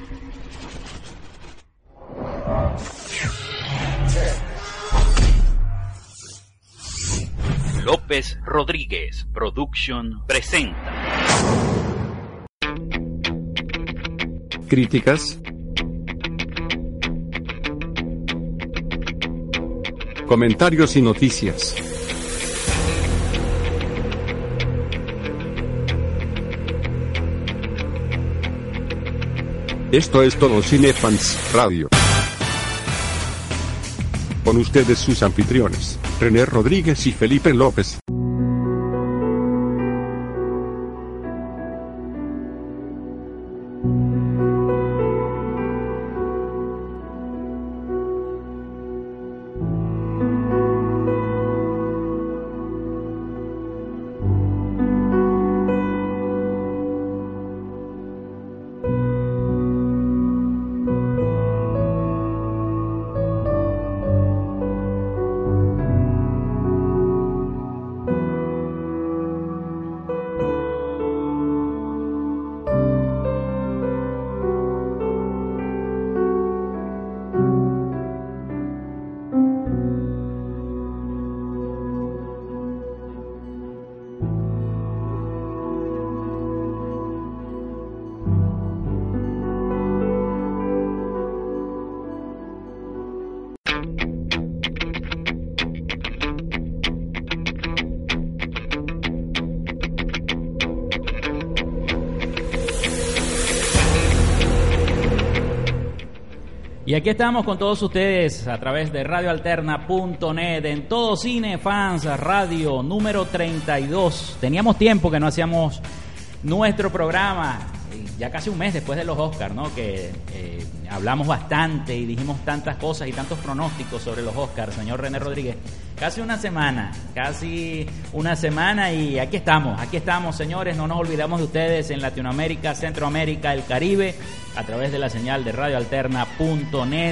López Rodríguez Production presenta. Críticas, comentarios y noticias. Esto es Todo Cinefans Radio. Con ustedes sus anfitriones, René Rodríguez y Felipe López. Y aquí estamos con todos ustedes a través de radioalterna.net en Todo Cinefans Radio número 32. Teníamos tiempo que no hacíamos nuestro programa, ya casi un mes después de los Oscars, ¿no? Que hablamos bastante y dijimos tantas cosas y tantos pronósticos sobre los Oscars, señor René Rodríguez. Casi una semana y aquí estamos, señores. No nos olvidamos de ustedes en Latinoamérica, Centroamérica, el Caribe, a través de la señal de radioalterna.net.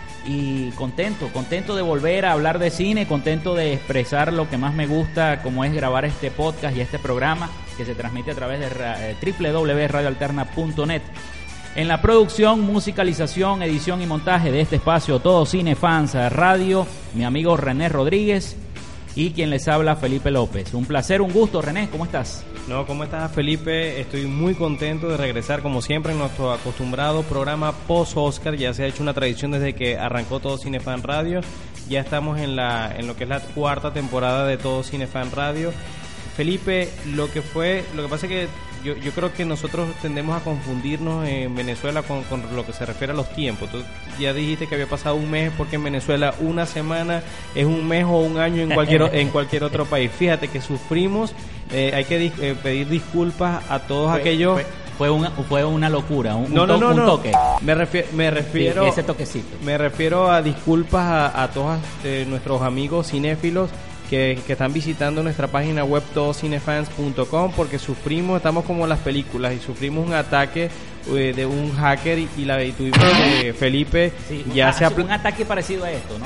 Y contento de volver a hablar de cine, contento de expresar lo que más me gusta, como es grabar este podcast y este programa que se transmite a través de www.radioalterna.net. En la producción, musicalización, edición y montaje de este espacio Todo Cinefans Radio, mi amigo René Rodríguez y quien les habla, Felipe López. Un placer, un gusto. René, ¿cómo estás? ¿Cómo estás, Felipe? Estoy muy contento de regresar, como siempre, en nuestro acostumbrado programa post-Oscar. Ya se ha hecho una tradición desde que arrancó Todo Cinefans Radio. Ya estamos en lo que es la cuarta temporada de Todo Cinefans Radio. Felipe, lo que pasa es que yo creo que nosotros tendemos a confundirnos en Venezuela con lo que se refiere a los tiempos. Tú ya dijiste que había pasado un mes, porque en Venezuela una semana es un mes o un año en cualquier otro país. Fíjate que sufrimos, hay que pedir disculpas a todos aquellos... Fue una locura, un toque. Me refiero sí, ese toquecito. Me refiero a disculpas a todos nuestros amigos cinéfilos que están visitando nuestra página web todocinefans.com, porque estamos como las películas y sufrimos un ataque de un hacker y tuvimos Felipe un ataque parecido a esto, ¿no?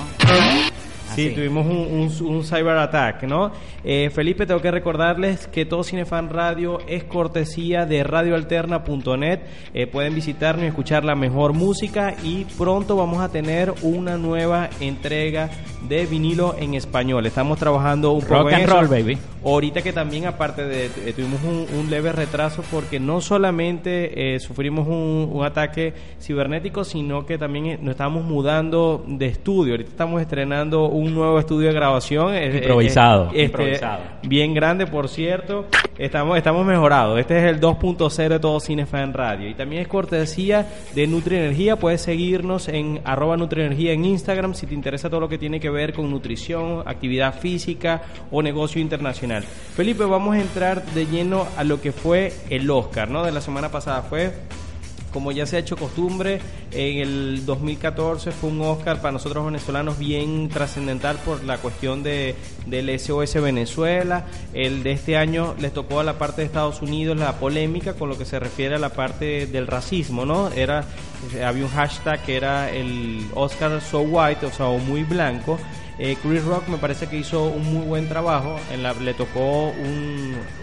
Sí, tuvimos un cyber attack, ¿no? Felipe, tengo que recordarles que Todo Cinefans Radio es cortesía de radioalterna.net. Pueden visitarnos y escuchar la mejor música, y pronto vamos a tener una nueva entrega de vinilo en español. Estamos trabajando un poco en eso. Rock and roll, baby. Ahorita que también, aparte tuvimos un leve retraso, porque no solamente sufrimos un ataque cibernético, sino que también nos estamos mudando de estudio. Ahorita estamos estrenando un nuevo estudio de grabación. Improvisado. Bien grande, por cierto. Estamos mejorados. Este es el 2.0 de Todo Cinefans Radio. Y también es cortesía de Nutrienergía. Puedes seguirnos en @Nutrienergía en Instagram si te interesa todo lo que tiene que ver con nutrición, actividad física o negocio internacional. Felipe, vamos a entrar de lleno a lo que fue el Oscar, ¿no? De la semana pasada. Fue, como ya se ha hecho costumbre, en el 2014 fue un Oscar para nosotros venezolanos bien trascendental por la cuestión del SOS Venezuela. El de este año les tocó a la parte de Estados Unidos la polémica con lo que se refiere a la parte del racismo, ¿no? Había un hashtag que era el Oscar So White, o sea, o muy blanco. Chris Rock me parece que hizo un muy buen trabajo. Le tocó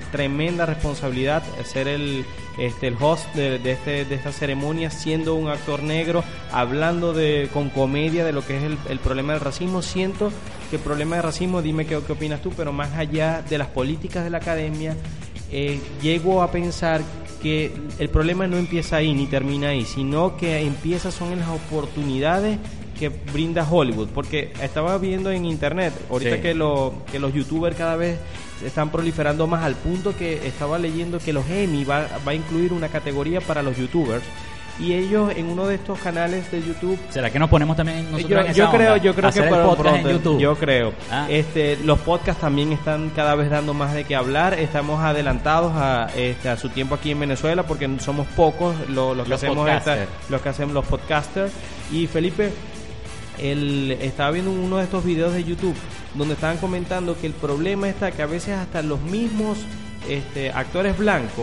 tremenda responsabilidad ser el host de esta ceremonia, siendo un actor negro, hablando con comedia de lo que es el problema del racismo. Siento que el problema del racismo, dime qué opinas tú, pero más allá de las políticas de la academia, llego a pensar que el problema no empieza ahí ni termina ahí, sino que empieza son en las oportunidades que brinda Hollywood, porque estaba viendo en internet ahorita sí, que los youtubers cada vez están proliferando más, al punto que estaba leyendo que los Emmy va a incluir una categoría para los youtubers, y ellos en uno de estos canales de YouTube. ¿Será que nos ponemos también nosotros en esa yo creo onda? que Hacer el pronto, podcast en YouTube. yo creo. Los podcasts también están cada vez dando más de qué hablar. Estamos adelantados a su tiempo aquí en Venezuela, porque somos pocos los que hacemos los podcasters. Y Felipe, estaba viendo uno de estos videos de YouTube donde estaban comentando que el problema está que a veces hasta los mismos actores blancos,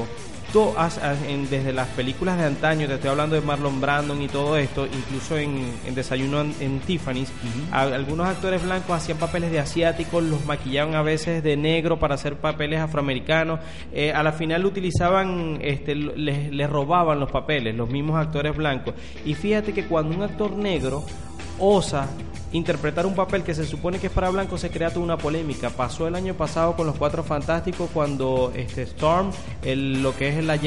desde las películas de antaño, te estoy hablando de Marlon Brando y todo esto, incluso en Desayuno en Tiffany's, algunos actores blancos hacían papeles de asiáticos, los maquillaban a veces de negro para hacer papeles afroamericanos, a la final utilizaban, les robaban los papeles, los mismos actores blancos. Y fíjate que cuando un actor negro osa interpretar un papel que se supone que es para blanco, se crea toda una polémica. Pasó el año pasado con los Cuatro Fantásticos, cuando Storm, lo que es la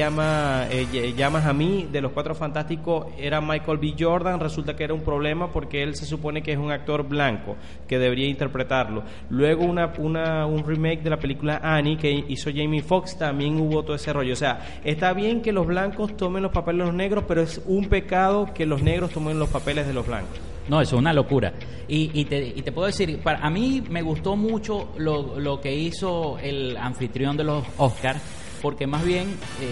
llamas a mí de los Cuatro Fantásticos, era Michael B. Jordan. Resulta que era un problema porque él se supone que es un actor blanco que debería interpretarlo. Luego un remake de la película Annie que hizo Jamie Foxx, también hubo todo ese rollo. O sea, está bien que los blancos tomen los papeles de los negros, pero es un pecado que los negros tomen los papeles de los blancos. No, eso es una locura. Y te puedo decir, a mí me gustó mucho lo que hizo el anfitrión de los Oscars, porque más bien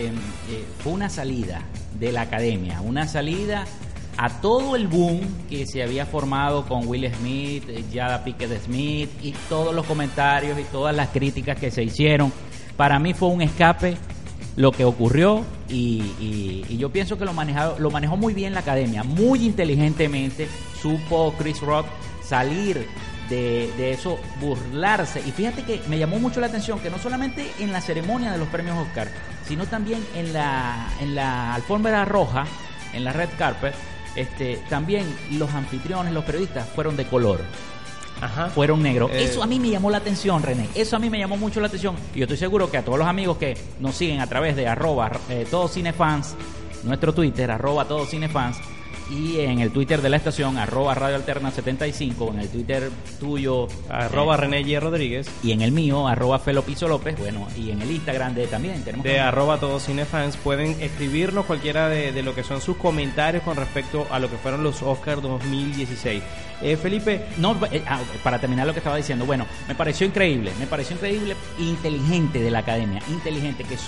fue una salida de la academia, una salida a todo el boom que se había formado con Will Smith, Jada Pinkett Smith, y todos los comentarios y todas las críticas que se hicieron. Para mí fue un escape lo que ocurrió, y yo pienso que lo manejó muy bien la academia, muy inteligentemente. Supo Chris Rock salir de eso, burlarse. Y fíjate que me llamó mucho la atención que no solamente en la ceremonia de los premios Oscar, sino también en la alfombra roja, en la red carpet, también los anfitriones, los periodistas fueron de color. Ajá. Fueron negros. Eso a mí me llamó la atención, René. Eso a mí me llamó mucho la atención. Y yo estoy seguro que a todos los amigos que nos siguen a través de @todoscinefans, nuestro Twitter, @todoscinefans, y en el Twitter de la estación, @Radio Alterna 75, en el Twitter tuyo, @René J. Rodríguez, y en el mío, @Felopiso López, bueno, y en el Instagram también tenemos de @todoscinefans. Pueden escribirnos cualquiera de lo que son sus comentarios con respecto a lo que fueron los Oscars 2016. Felipe, para terminar lo que estaba diciendo, bueno, me pareció increíble, inteligente de la academia, inteligente, que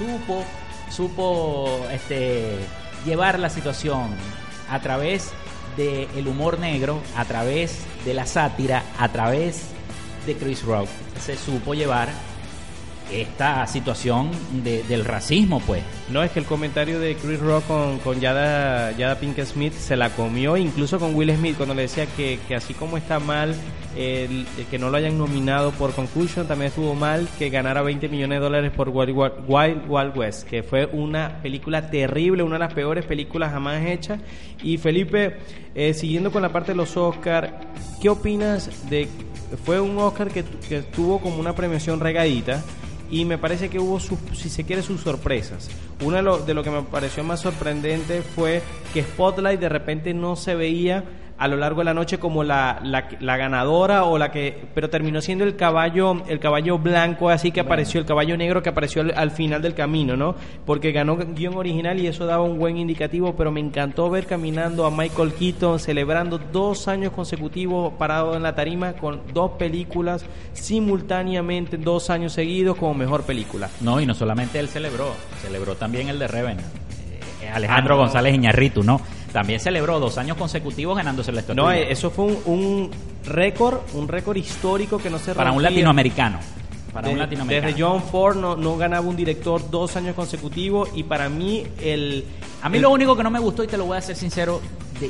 supo llevar la situación a través del humor negro, a través de la sátira, a través de Chris Rock. Se supo llevar esta situación del racismo, pues. No, es que el comentario de Chris Rock con Jada Pinkett Smith se la comió, incluso con Will Smith, cuando le decía que así como está mal que no lo hayan nominado por Concussion, también estuvo mal que ganara $20 millones por Wild Wild West, que fue una película terrible, una de las peores películas jamás hechas. Y Felipe, siguiendo con la parte de los Oscars, ¿qué opinas fue un Oscar que tuvo como una premiación regadita? Y me parece que hubo, si se quiere, sus sorpresas. Uno de lo que me pareció más sorprendente fue que Spotlight de repente no se veía a lo largo de la noche como la ganadora, pero terminó siendo el caballo blanco, así que apareció el caballo negro que apareció al final del camino, ¿no? Porque ganó guión original y eso daba un buen indicativo, pero me encantó ver caminando a Michael Keaton celebrando 2 años consecutivos parado en la tarima con 2 películas simultáneamente, 2 años seguidos como mejor película. No, y no solamente él celebró también el de Revenant, Alejandro González Iñárritu, ¿no? También celebró 2 años consecutivos ganándose la estatuilla. No, eso fue un récord histórico que no se para un latinoamericano. Desde John Ford no ganaba un director 2 años consecutivos, y para mí lo único que no me gustó, y te lo voy a ser sincero,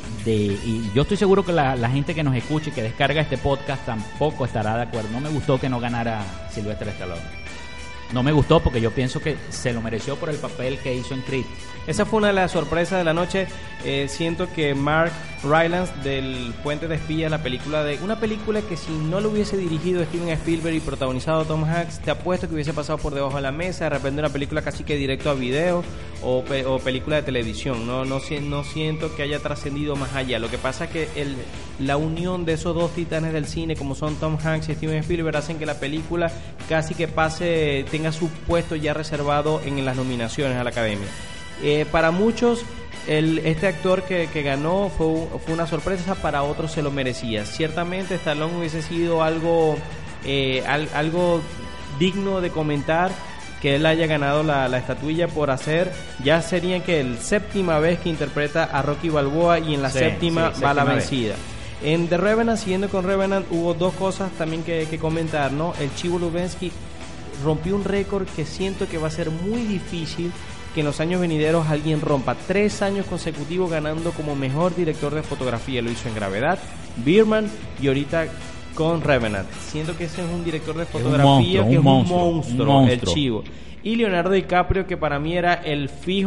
y yo estoy seguro que la gente que nos escucha y que descarga este podcast tampoco estará de acuerdo. No me gustó que no ganara Sylvester Stallone. no me gustó porque yo pienso que se lo mereció por el papel que hizo en Creed. Esa fue una de las sorpresas de la noche. Siento que Mark Rylance del Puente de Espías, una película que si no lo hubiese dirigido Steven Spielberg y protagonizado Tom Hanks, te apuesto que hubiese pasado por debajo de la mesa, de repente una película casi que directo a video o película de televisión. No siento que haya trascendido más allá. Lo que pasa es que la unión de esos dos titanes del cine, como son Tom Hanks y Steven Spielberg, hacen que la película casi que tenga su puesto ya reservado en las nominaciones a la Academia. Para muchos este actor que ganó fue una sorpresa, para otros se lo merecía. Ciertamente Stallone hubiese sido algo digno de comentar que él haya ganado la estatuilla por hacer, ya sería que el séptima vez que interpreta a Rocky Balboa y en la séptima va la vencida. En The Revenant, siguiendo con Revenant, hubo dos cosas también que comentar, ¿no? El Chivo Lubinsky rompió un récord que siento que va a ser muy difícil que en los años venideros alguien rompa. 3 años consecutivos ganando como mejor director de fotografía. Lo hizo en Gravedad, Birdman y ahorita con Revenant. Siento que ese es un director de fotografía que es un monstruo, el Chivo. Y Leonardo DiCaprio, que para mí era el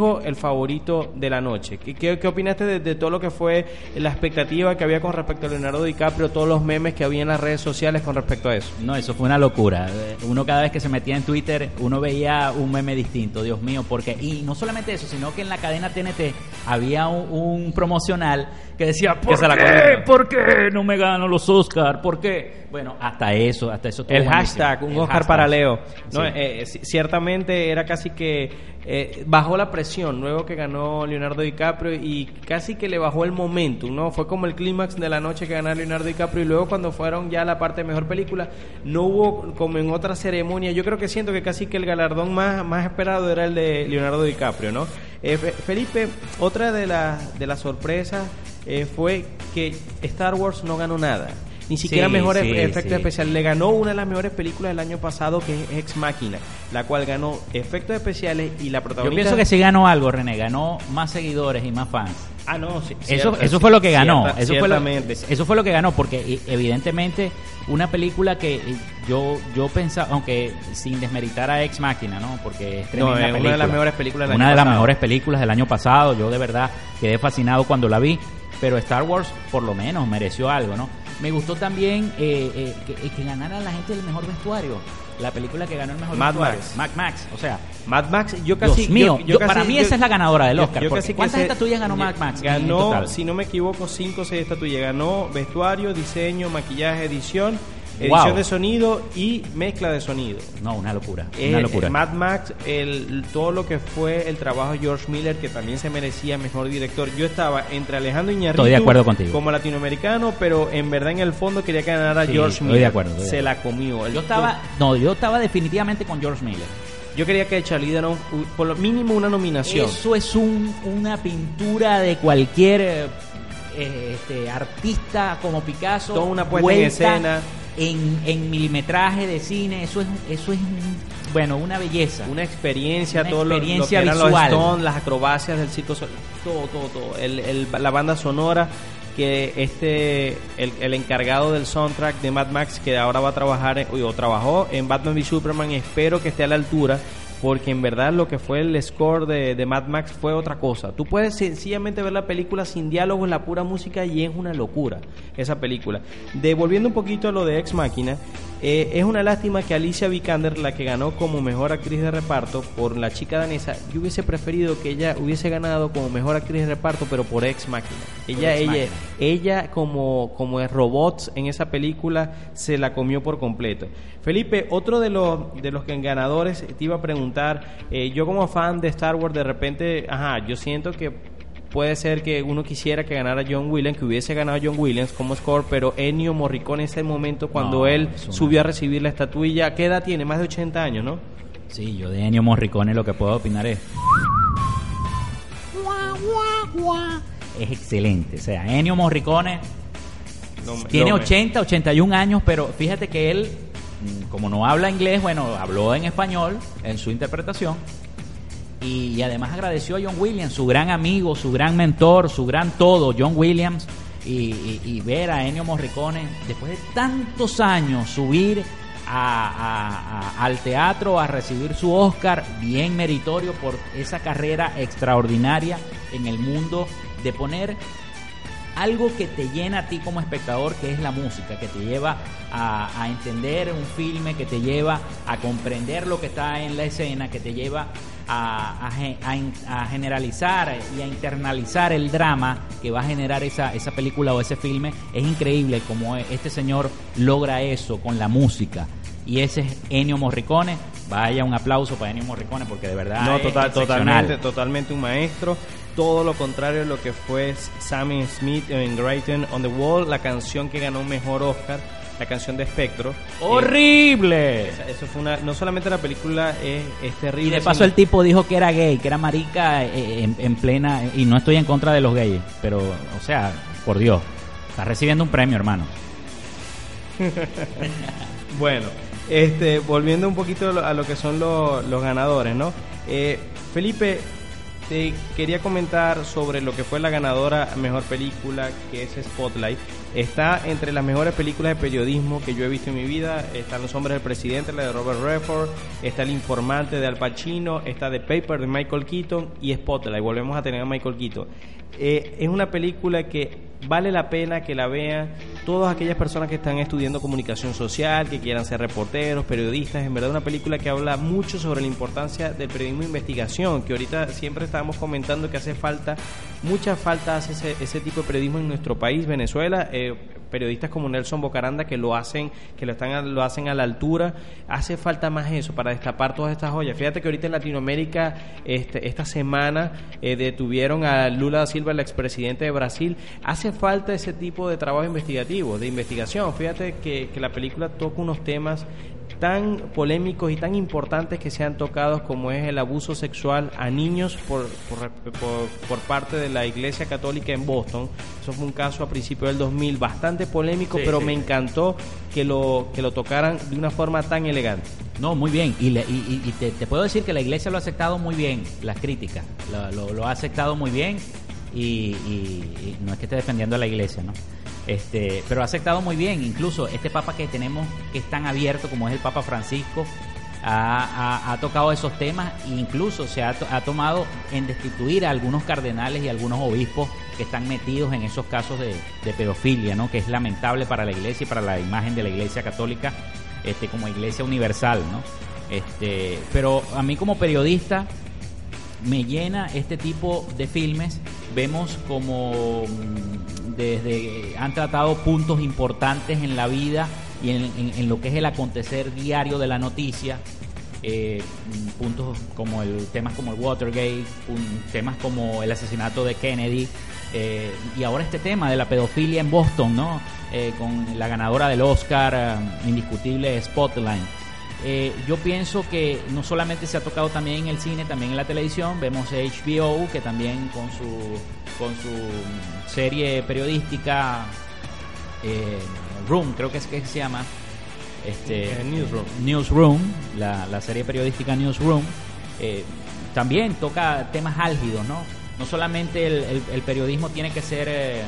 favorito de la noche. ¿Qué opinaste de todo lo que fue la expectativa que había con respecto a Leonardo DiCaprio, todos los memes que había en las redes sociales con respecto a eso? No, eso fue una locura. Uno cada vez que se metía en Twitter, uno veía un meme distinto, Dios mío, porque, y no solamente eso, sino que en la cadena TNT había un promocional que decía, ¿por qué no me gano los Oscar? ¿Por qué? Bueno, hasta eso el buenísimo. hashtag, un Oscar para Leo. ¿No? Sí. Ciertamente era casi que bajó la presión luego que ganó Leonardo DiCaprio y casi que le bajó el momentum, ¿no? Fue como el clímax de la noche que ganó Leonardo DiCaprio, y luego cuando fueron ya a la parte de mejor película no hubo como en otra ceremonia. Yo creo que siento que casi que el galardón más esperado era el de Leonardo DiCaprio, ¿no? Felipe, otra de las sorpresas fue que Star Wars no ganó nada. Ni siquiera mejores efectos especiales. Le ganó una de las mejores películas del año pasado, que es Ex Machina, la cual ganó efectos especiales y la protagonista... Yo pienso que sí ganó algo, René. Ganó más seguidores y más fans. Ah, no, sí. Eso fue lo que ganó. Ciertamente. Eso fue lo que ganó, porque evidentemente una película que yo pensaba, aunque sin desmeritar a Ex Machina, ¿no? Porque es tremenda película. Una de las mejores películas del año pasado. Una de las mejores películas del año pasado. Yo de verdad quedé fascinado cuando la vi. Pero Star Wars por lo menos mereció algo, ¿no? Me gustó también que ganara la gente del mejor vestuario. La película que ganó el mejor vestuario. Mad Max. O sea, Mad Max, yo casi... Dios mío, para mí esa es la ganadora del Oscar. ¿Cuántas estatuillas ganó Mad Max? Ganó, si no me equivoco, 5 o 6 estatuillas. Ganó vestuario, diseño, maquillaje, edición de sonido y mezcla de sonido. No, una locura. Una locura. Mad Max, todo lo que fue el trabajo de George Miller, que también se merecía mejor director. Yo estaba entre Alejandro Iñárritu, estoy de acuerdo contigo, como latinoamericano, pero en verdad en el fondo quería que ganara George Miller. Estoy de acuerdo. Se la comió. Yo estaba definitivamente con George Miller. Yo quería que Charlie diera por lo mínimo una nominación. Eso es una pintura de cualquier artista como Picasso. Toda una puesta en escena. En milimetraje de cine, eso es bueno, una belleza, una experiencia, todo experiencia lo que visual, eran los Stones, las acrobacias del circo, todo, la banda sonora, que el encargado del soundtrack de Mad Max, que ahora va a trabajar trabajó en Batman v Superman, espero que esté a la altura, porque en verdad lo que fue el score de Mad Max fue otra cosa. Tú puedes sencillamente ver la película sin diálogos, la pura música, y es una locura esa película. Devolviendo un poquito a lo de Ex Machina, es una lástima que Alicia Vikander, la que ganó como mejor actriz de reparto por La chica danesa, yo hubiese preferido que ella hubiese ganado como mejor actriz de reparto, pero por Ex Machina. Ella como es robots en esa película, se la comió por completo. Felipe, otro de los ganadores, te iba a preguntar, yo como fan de Star Wars, de repente, yo siento que puede ser que uno quisiera que ganara John Williams, que hubiese ganado John Williams como score, pero Ennio Morricone en ese momento, cuando él subió a recibir la estatuilla, ¿qué edad tiene? Más de 80 años, ¿no? Sí, yo de Ennio Morricone lo que puedo opinar es excelente. O sea, Ennio Morricone tiene 81 años, pero fíjate que él, como no habla inglés, habló en español en su interpretación. Y además agradeció a John Williams, su gran amigo, su gran mentor, su gran todo, John Williams, y ver a Ennio Morricone después de tantos años subir al teatro a recibir su Oscar, bien meritorio por esa carrera extraordinaria en el mundo de poner algo que te llena a ti como espectador, que es la música, que te lleva a entender un filme, que te lleva a comprender lo que está en la escena, que te lleva a generalizar y a internalizar el drama que va a generar esa película o ese filme. Es increíble cómo este señor logra eso con la música, y ese es Ennio Morricone. Vaya, un aplauso para Ennio Morricone, porque de verdad no, es totalmente un maestro. Todo lo contrario de lo que fue Sammy Smith en Writing on the Wall, la canción que ganó mejor Oscar, la canción de Espectro. ¡Horrible! Eso fue no solamente la película es terrible. Y de paso el tipo dijo que era gay, que era marica en plena... Y no estoy en contra de los gays, pero, o sea, por Dios, está recibiendo un premio, hermano. Bueno, volviendo un poquito a lo que son los ganadores, ¿no? Felipe, te quería comentar sobre lo que fue la ganadora mejor película, que es Spotlight. Está entre las mejores películas de periodismo que yo he visto en mi vida. Están Los hombres del presidente, la de Robert Redford, está El informante de Al Pacino, está The Paper de Michael Keaton y Spotlight. Volvemos a tener a Michael Keaton. Es una película que vale la pena que la vean todas aquellas personas que están estudiando comunicación social, que quieran ser reporteros, periodistas. En verdad, una película que habla mucho sobre la importancia del periodismo de investigación, que ahorita siempre estábamos comentando que mucha falta hace ese tipo de periodismo en nuestro país, Venezuela. Periodistas como Nelson Bocaranda que lo hacen a la altura. Hace falta más eso para destapar todas estas joyas. Fíjate que ahorita en Latinoamérica esta semana detuvieron a Lula da Silva, el expresidente de Brasil. Hace falta ese tipo de trabajo investigativo, de investigación. Fíjate que la película toca unos temas tan polémicos y tan importantes que se han tocado, como es el abuso sexual a niños por parte de la Iglesia Católica en Boston. Eso fue un caso a principios del 2000 bastante polémico, sí, pero sí, me encantó que lo tocaran de una forma tan elegante. No, muy bien, y te puedo decir que la Iglesia lo ha aceptado muy bien, las críticas, lo ha aceptado muy bien, y no es que esté defendiendo a la Iglesia, ¿no? Pero ha aceptado muy bien. Incluso este Papa que tenemos, que es tan abierto como es el Papa Francisco, ha tocado esos temas, e incluso se ha tomado en destituir a algunos cardenales y a algunos obispos que están metidos en esos casos de pedofilia, ¿no? Que es lamentable para la Iglesia y para la imagen de la Iglesia Católica como Iglesia universal, ¿no? Pero a mí como periodista me llena este tipo de filmes. Vemos como han tratado puntos importantes en la vida y en lo que es el acontecer diario de la noticia, puntos como temas como el Watergate, temas como el asesinato de Kennedy, y ahora este tema de la pedofilia en Boston, ¿no? Con la ganadora del Oscar indiscutible, Spotlight. Yo pienso que no solamente se ha tocado también en el cine, también en la televisión. Vemos HBO, que también con su serie periodística Room, creo que es que se llama Newsroom, la serie periodística Newsroom, también toca temas álgidos, ¿no? No solamente el periodismo tiene que ser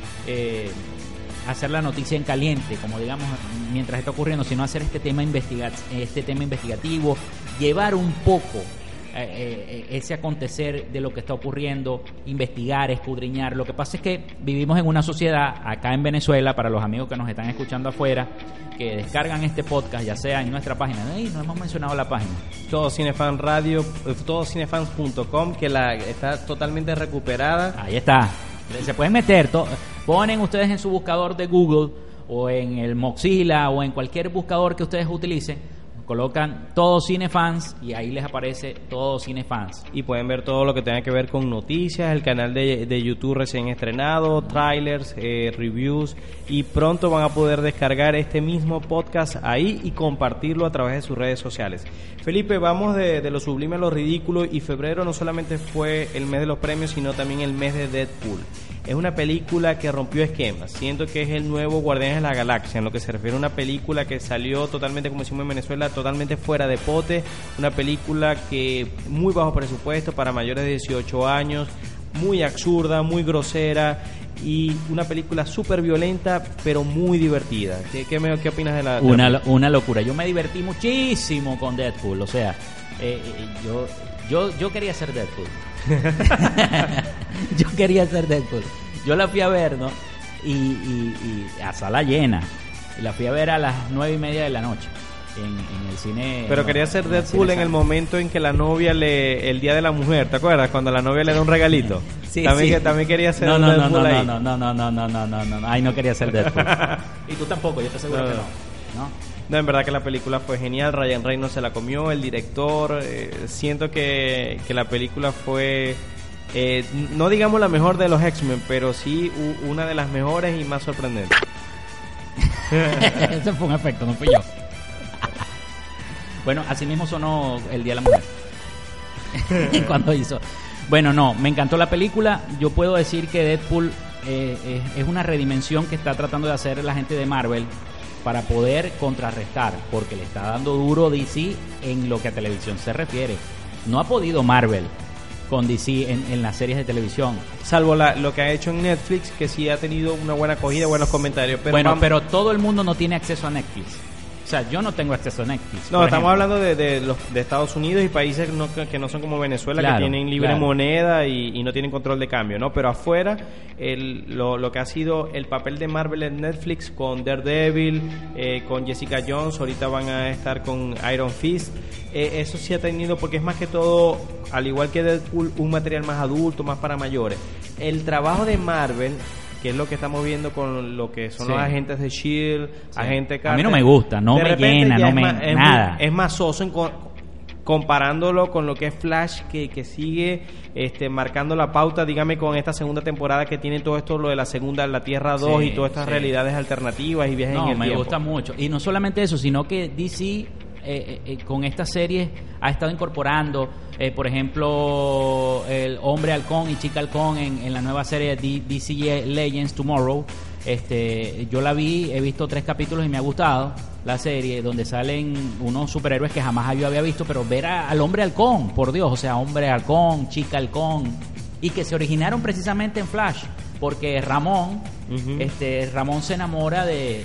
hacer la noticia en caliente, como digamos mientras está ocurriendo, sino hacer este tema investigativo, llevar un poco ese acontecer de lo que está ocurriendo, investigar, escudriñar. Lo que pasa es que vivimos en una sociedad acá en Venezuela, para los amigos que nos están escuchando afuera, que descargan este podcast, ya sea en nuestra página, no hemos mencionado la página, Todo Cinefan Radio, todocinefans.com, que está totalmente recuperada. Ahí está, se pueden meter, ponen ustedes en su buscador de Google o en el Mozilla o en cualquier buscador que ustedes utilicen, colocan Todo Cinefans y ahí les aparece Todo Cinefans. Y pueden ver todo lo que tenga que ver con noticias, el canal de YouTube recién estrenado, trailers, reviews, y pronto van a poder descargar este mismo podcast ahí y compartirlo a través de sus redes sociales. Felipe, vamos de lo sublime a lo ridículo, y febrero no solamente fue el mes de los premios, sino también el mes de Deadpool. Es una película que rompió esquemas. Siento que es el nuevo Guardianes de la Galaxia en lo que se refiere a una película que salió totalmente, como decimos en Venezuela, totalmente fuera de pote. Una película que muy bajo presupuesto para mayores de 18 años. muy absurda, muy grosera y una película súper violenta, pero muy divertida. ¿Qué opinas de la Una locura. Yo me divertí muchísimo con Deadpool. O sea, yo quería ser Deadpool. Yo quería ser Deadpool. Yo la fui a ver, ¿no? Y a sala llena. Y la fui a ver a las 9:30 de la noche. En el cine. Pero quería ser Deadpool en el momento en que la novia el Día de la Mujer, ¿te acuerdas? Cuando la novia le da un regalito. Sí, también quería ser Deadpool ahí. No. Ay, no quería ser Deadpool. Y tú tampoco, yo te aseguro que no. No, en verdad que la película fue genial. Ryan Reynolds se la comió, el director. Siento que la película fue, no digamos la mejor de los X-Men, pero sí una de las mejores y más sorprendentes. Ese fue un efecto, no fui yo. Bueno, así mismo sonó el Día de la Mujer. Cuando hizo. Bueno, no, me encantó la película. Yo puedo decir que Deadpool es una redimensión que está tratando de hacer la gente de Marvel para poder contrarrestar, porque le está dando duro DC en lo que a televisión se refiere. No ha podido Marvel con DC en las series de televisión. Salvo lo que ha hecho en Netflix, que sí ha tenido una buena acogida, buenos comentarios. Pero pero todo el mundo no tiene acceso a Netflix. O sea, yo no tengo acceso a Netflix. No, estamos hablando de Estados Unidos y países que no son como Venezuela, claro, que tienen libre moneda y no tienen control de cambio, ¿no? Pero afuera, lo que ha sido el papel de Marvel en Netflix con Daredevil, con Jessica Jones, ahorita van a estar con Iron Fist. Eso sí ha tenido, porque es más que todo, al igual que Deadpool, un material más adulto, más para mayores. El trabajo de Marvel, que es lo que estamos viendo con lo que son los agentes de S.H.I.E.L.D., agente Carter. A mí no me gusta, no me llena, nada. Es más soso comparándolo con lo que es Flash, que sigue marcando la pauta, dígame, con esta segunda temporada que tiene todo esto, lo de la Tierra 2 y todas estas realidades alternativas y viajes en el tiempo. No, me gusta mucho. Y no solamente eso, sino que DC con estas series ha estado incorporando, por ejemplo, el Hombre Halcón y Chica Halcón en la nueva serie de DC Legends Tomorrow. Yo la vi, he visto 3 capítulos y me ha gustado la serie, donde salen unos superhéroes que jamás yo había visto, pero ver al Hombre Halcón, por Dios, o sea, Hombre Halcón, Chica Halcón, y que se originaron precisamente en Flash, porque Ramón se enamora de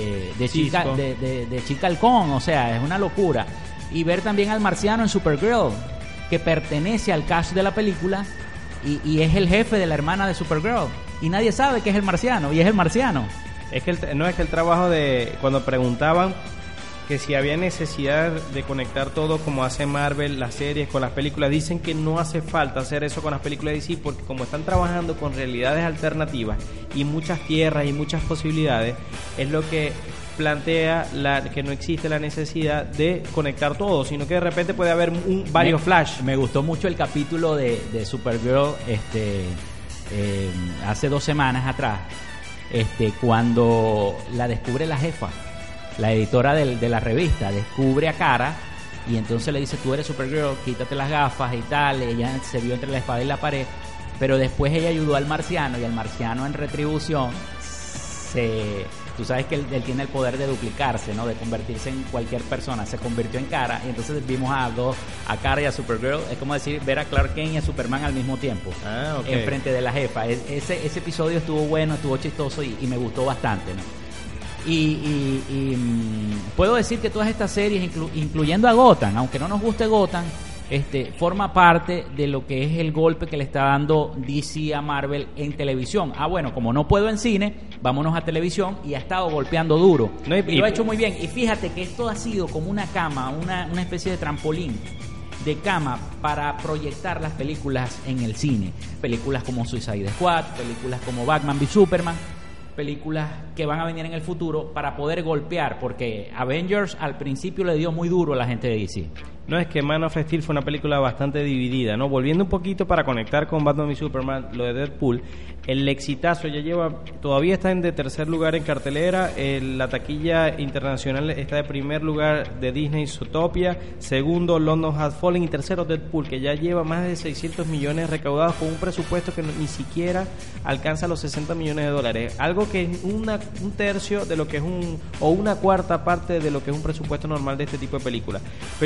Chica Halcón, o sea, es una locura. Y ver también al Marciano en Supergirl, que pertenece al cast de la película y es el jefe de la hermana de Supergirl, y nadie sabe que es el Marciano, y es el Marciano. Es que el trabajo de cuando preguntaban que si había necesidad de conectar todo como hace Marvel, las series con las películas, dicen que no hace falta hacer eso con las películas de DC, porque como están trabajando con realidades alternativas y muchas tierras y muchas posibilidades, es lo que plantea que no existe la necesidad de conectar todo, sino que de repente puede haber varios flash. Me gustó mucho el capítulo de Supergirl hace 2 semanas atrás, cuando la descubre la jefa, la editora de la revista, descubre a Kara y entonces le dice: tú eres Supergirl, quítate las gafas y tal. Ella se vio entre la espada y la pared, pero después ella ayudó al Marciano, y el Marciano en retribución tú sabes que él tiene el poder de duplicarse, ¿no? De convertirse en cualquier persona. Se convirtió en Kara, y entonces vimos a Kara y a Supergirl. Es como decir, ver a Clark Kent y a Superman al mismo tiempo, enfrente de la jefa. Ese episodio estuvo bueno, estuvo chistoso y me gustó bastante, ¿no? Y puedo decir que todas estas series, incluyendo a Gotham, aunque no nos guste Gotham, forma parte de lo que es el golpe que le está dando DC a Marvel en televisión. Bueno, como no puedo en cine, vámonos a televisión, y ha estado golpeando duro. Y lo ha hecho muy bien. Y fíjate que esto ha sido como una cama, una especie de trampolín de cama para proyectar las películas en el cine. Películas como Suicide Squad, películas como Batman v Superman, películas que van a venir en el futuro para poder golpear, porque Avengers al principio le dio muy duro a la gente de DC. No, es que Man of Steel fue una película bastante dividida, ¿no? Volviendo un poquito para conectar con Batman y Superman, lo de Deadpool, el exitazo todavía está de tercer lugar en cartelera, la taquilla internacional está de primer lugar de Disney Zootopia, segundo London Has Fallen y tercero Deadpool, que ya lleva más de 600 millones recaudados con un presupuesto que ni siquiera alcanza los 60 millones de dólares, algo que es un tercio de lo que es o una cuarta parte de lo que es un presupuesto normal de este tipo de películas. Felipe, ahora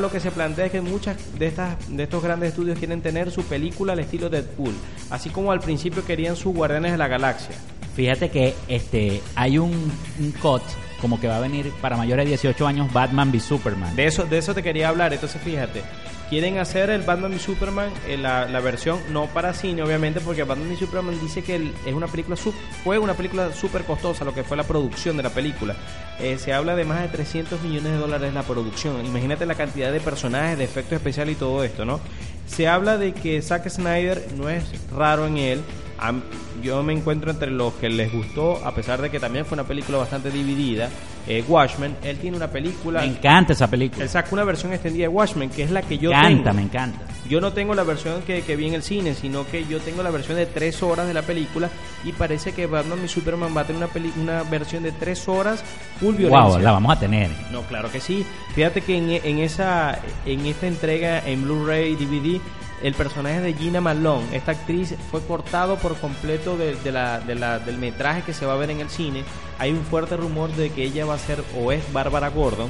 lo que se plantea es que muchas de estos grandes estudios quieren tener su película al estilo Deadpool, así como al principio querían sus Guardianes de la Galaxia. Fíjate que hay un cut como que va a venir para mayores de 18 años, Batman v Superman. De eso te quería hablar. Entonces fíjate, quieren hacer el Batman v Superman, la versión no para cine obviamente, porque Batman v Superman dice que es una película fue una película súper costosa, lo que fue la producción de la película. Se habla de más de $300 millones la producción. Imagínate la cantidad de personajes, de efectos especiales y todo esto, ¿no? Se habla de que Zack Snyder, no es raro en él, yo me encuentro entre los que les gustó, a pesar de que también fue una película bastante dividida, Watchmen. Él tiene una película, me encanta esa película. Él sacó una versión extendida de Watchmen, que es la que yo tengo. Me encanta. Yo no tengo la versión que vi en el cine, sino que yo tengo la versión de 3 horas de la película, y parece que Batman y Superman va a tener una versión de 3 horas full violencia. Wow, la vamos a tener. No, claro que sí. Fíjate que en esta entrega en Blu-ray DVD, el personaje de Gina Malone, esta actriz, fue cortado por completo del metraje que se va a ver en el cine. Hay un fuerte rumor de que ella va a ser o es Bárbara Gordon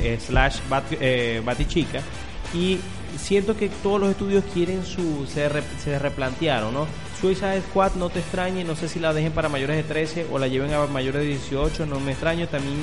/ Batichica, y siento que todos los estudios quieren se replantearon, ¿no? Suicide Squad, no te extrañe, no sé si la dejen para mayores de 13 o la lleven a mayores de 18, no me extraño. También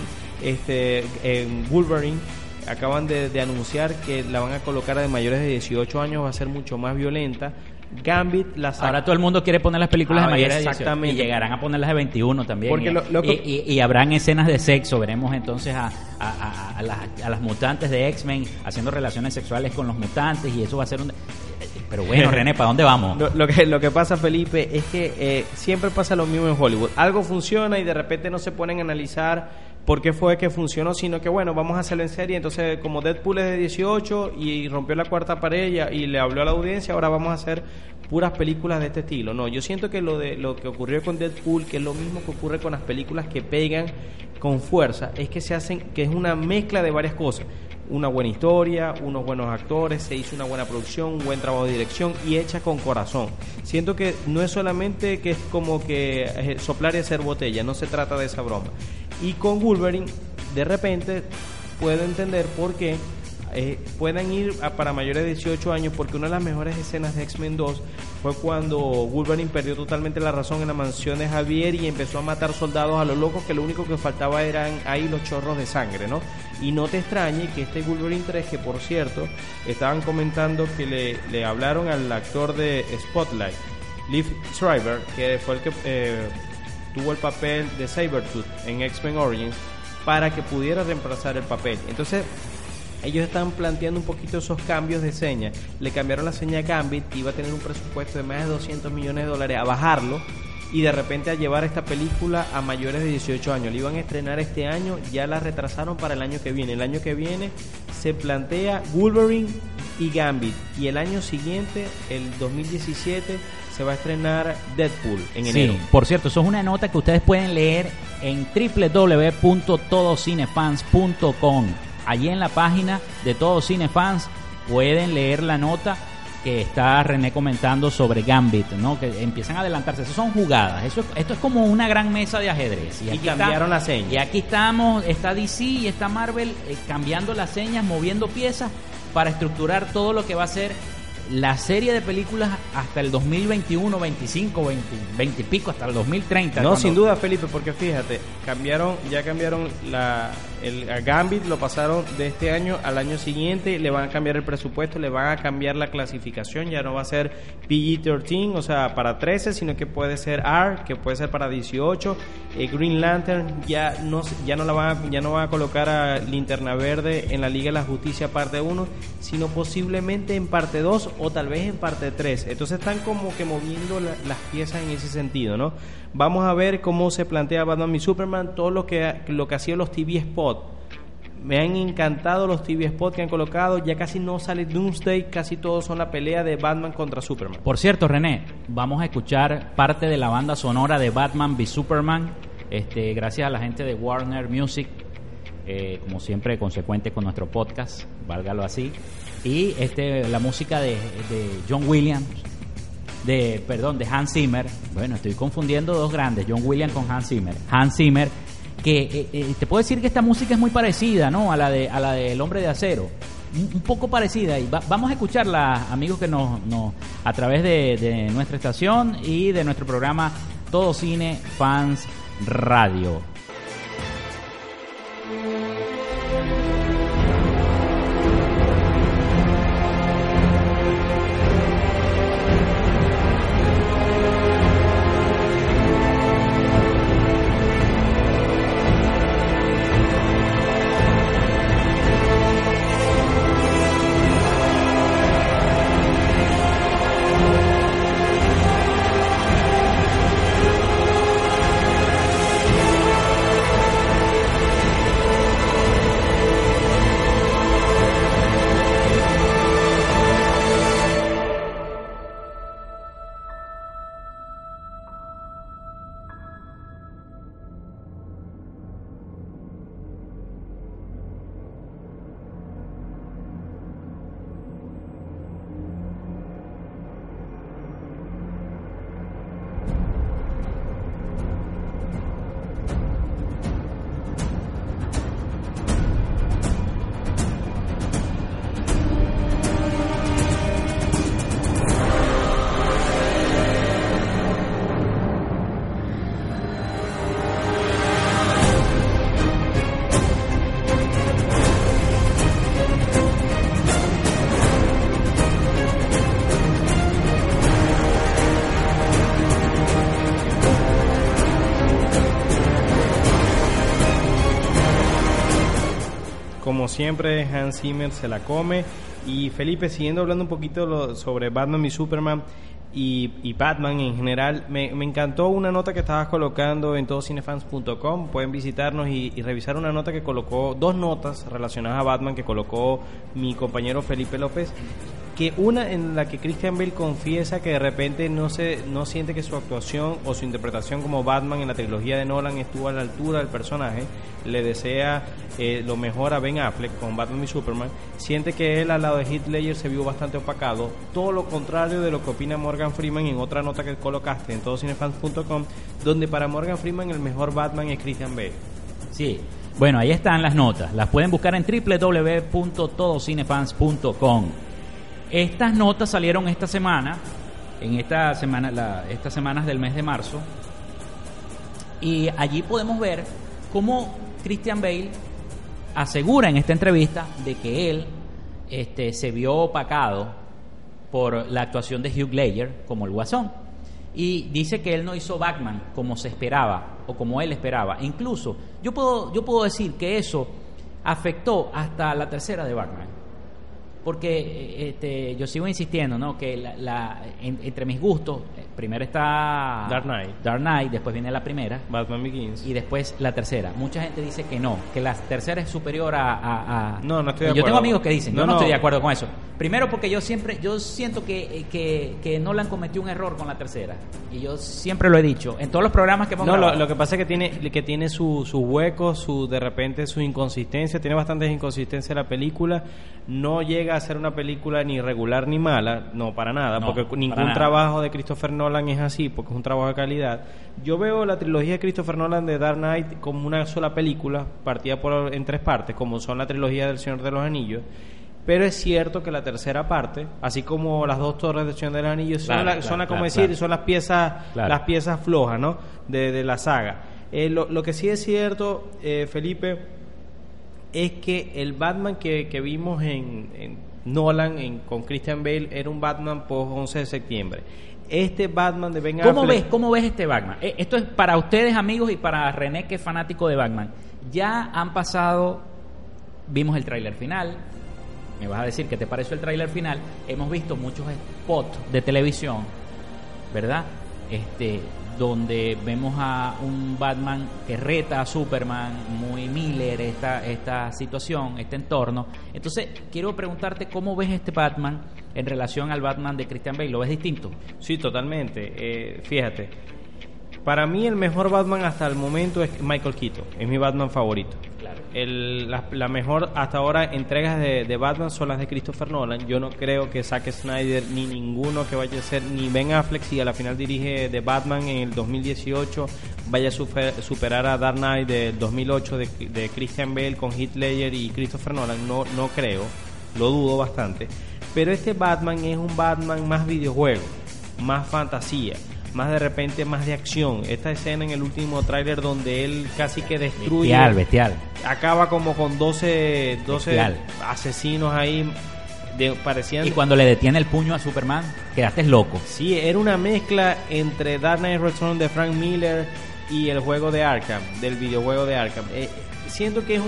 Wolverine acaban de anunciar que la van a colocar de mayores de 18 años, va a ser mucho más violenta. Gambit, ahora todo el mundo quiere poner las películas de mayores de 18 exactamente. Y llegarán a ponerlas de 21 también. Porque y habrán escenas de sexo. Veremos entonces a las mutantes de X-Men haciendo relaciones sexuales con los mutantes, y eso va a ser Pero bueno, René, ¿para dónde vamos? Lo que pasa, Felipe, es que siempre pasa lo mismo en Hollywood. Algo funciona y de repente no se ponen a analizar por qué fue que funcionó, sino que bueno, vamos a hacerlo en serie. Entonces, como Deadpool es de 18 y rompió la cuarta pared y le habló a la audiencia, ahora vamos a hacer puras películas de este estilo. No, yo siento que lo que ocurrió con Deadpool, que es lo mismo que ocurre con las películas que pegan con fuerza, es que que es una mezcla de varias cosas. Una buena historia, unos buenos actores, se hizo una buena producción, un buen trabajo de dirección y hecha con corazón. Siento que no es solamente que es como que soplar y hacer botella, no se trata de esa broma. Y con Wolverine, de repente, puedo entender por qué puedan ir para mayores de 18 años, porque una de las mejores escenas de X-Men 2 fue cuando Wolverine perdió totalmente la razón en la mansión de Javier y empezó a matar soldados a lo loco, que lo único que faltaba eran ahí los chorros de sangre, ¿no? Y no te extrañe que este Wolverine 3, que por cierto, estaban comentando que le hablaron al actor de Spotlight, Liev Schreiber, que fue el que tuvo el papel de Sabretooth en X-Men Origins, para que pudiera reemplazar el papel. Entonces, ellos están planteando un poquito esos cambios de seña. Le cambiaron la seña a Gambit, que iba a tener un presupuesto de más de $200 millones, a bajarlo, y de repente a llevar esta película a mayores de 18 años. La iban a estrenar este año, ya la retrasaron para el año que viene. El año que viene se plantea Wolverine y Gambit, y el año siguiente, el 2017, se va a estrenar Deadpool en enero. Por cierto, eso es una nota que ustedes pueden leer en www.todocinefans.com. Allí en la página de Todos Cinefans pueden leer la nota que está René comentando sobre Gambit, ¿no? Que empiezan a adelantarse. Eso son jugadas. Esto es como una gran mesa de ajedrez. Y cambiaron la seña. Y aquí estamos, está DC y está Marvel cambiando las señas, moviendo piezas para estructurar todo lo que va a ser la serie de películas hasta el 2021, 25, 20 y pico, hasta el 2030. No, sin duda, Felipe, porque fíjate, cambiaron el Gambit, lo pasaron de este año al año siguiente, le van a cambiar el presupuesto, le van a cambiar la clasificación, ya no va a ser PG-13, o sea, para 13, sino que puede ser R, que puede ser para 18. Green Lantern ya no van a colocar a Linterna Verde en la Liga de la Justicia parte 1, sino posiblemente en parte 2 o tal vez en parte 3. Entonces están como que moviendo las piezas en ese sentido, ¿no? Vamos a ver cómo se plantea Batman y Superman, todo lo que hacían los TV Spot. Me han encantado los TV Spot que han colocado. Ya casi no sale Doomsday, casi todos son la pelea de Batman contra Superman. Por cierto, René, vamos a escuchar parte de la banda sonora de Batman v Superman, gracias a la gente de Warner Music, como siempre consecuente con nuestro podcast, válgalo así. Y la música de John Williams, de Hans Zimmer. Bueno, estoy confundiendo dos grandes, John Williams con Hans Zimmer. Hans Zimmer, que te puedo decir que esta música es muy parecida, ¿no? a la de El Hombre de Acero. un poco parecida. Y vamos a escucharla, amigos, que nos a través de nuestra estación y de nuestro programa Todo Cine Fans Radio. Como siempre, Hans Zimmer se la come. Y Felipe, siguiendo hablando un poquito sobre Batman y Superman y Batman en general, me encantó una nota que estabas colocando en todocinefans.com. Pueden visitarnos y revisar una nota que colocó, 2 notas relacionadas a Batman que colocó mi compañero Felipe López, que una en la que Christian Bale confiesa que de repente no siente que su actuación o su interpretación como Batman en la trilogía de Nolan estuvo a la altura del personaje. Le desea lo mejor a Ben Affleck con Batman y Superman. Siente que él al lado de Heath Ledger se vio bastante opacado, todo lo contrario de lo que opina Morgan Freeman en otra nota que colocaste en todocinefans.com, donde para Morgan Freeman el mejor Batman es Christian Bale. Sí, bueno, ahí están las notas, las pueden buscar en www.todocinefans.com. Estas notas salieron esta semana, estas semanas del mes de marzo, y allí podemos ver cómo Christian Bale asegura en esta entrevista de que él se vio opacado por la actuación de Heath Ledger como el Guasón, y dice que él no hizo Batman como se esperaba o como él esperaba. Incluso yo puedo decir que eso afectó hasta la tercera de Batman, porque yo sigo insistiendo, ¿no? Que entre mis gustos, primero está Dark Knight, después viene la primera, Batman Begins, y después la tercera. Mucha gente dice que no, que la tercera es superior a No estoy de acuerdo. Yo tengo amigos que dicen, yo no estoy de acuerdo con eso. Primero porque yo siento que Nolan cometió un error con la tercera, y yo siempre lo he dicho en todos los programas que hemos grabado. Lo que pasa es que tiene sus huecos, de repente sus inconsistencias, tiene bastantes inconsistencias la película. No llega a ser una película ni regular ni mala, no, para nada, porque ningún trabajo de Christopher Nolan es así, porque es un trabajo de calidad. Yo veo la trilogía de Christopher Nolan de Dark Knight como una sola película, partida en 3 partes, como son la trilogía del Señor de los Anillos. Pero es cierto que la tercera parte, así como las 2 torres del Señor de los Anillos, son las piezas flojas, ¿no? de la saga. Lo que sí es cierto, Felipe, es que el Batman que vimos en Nolan con Christian Bale era un Batman post 11 de septiembre. Este Batman de Ben Affleck... ¿Cómo ves este Batman? Esto es para ustedes, amigos, y para René, que es fanático de Batman. Ya han pasado... Vimos el tráiler final. Me vas a decir qué te pareció el tráiler final. Hemos visto muchos spots de televisión, ¿verdad? Donde vemos a un Batman que reta a Superman, muy Miller, esta situación, este entorno. Entonces, quiero preguntarte cómo ves este Batman en relación al Batman de Christian Bale. ¿Lo ves distinto? Sí, totalmente. Fíjate, para mí el mejor Batman hasta el momento es Michael Keaton, es mi Batman favorito. Claro. La mejor hasta ahora entregas de Batman son las de Christopher Nolan. Yo no creo que Zack Snyder ni ninguno que vaya a ser, ni Ben Affleck, si a la final dirige de Batman en el 2018, vaya a superar a Dark Knight del 2008 de Christian Bale con Heath Ledger y Christopher Nolan. No creo. lo dudo bastante. Pero este Batman es un Batman más videojuego, más fantasía, más de repente más de acción. Esta escena en el último tráiler donde él casi que destruye, bestial, acaba como con 12 asesinos ahí, parecían... Y cuando le detiene el puño a Superman, quedaste loco. Sí, era una mezcla entre Dark Knight Returns de Frank Miller y el juego de Arkham, del videojuego de Arkham. Siento que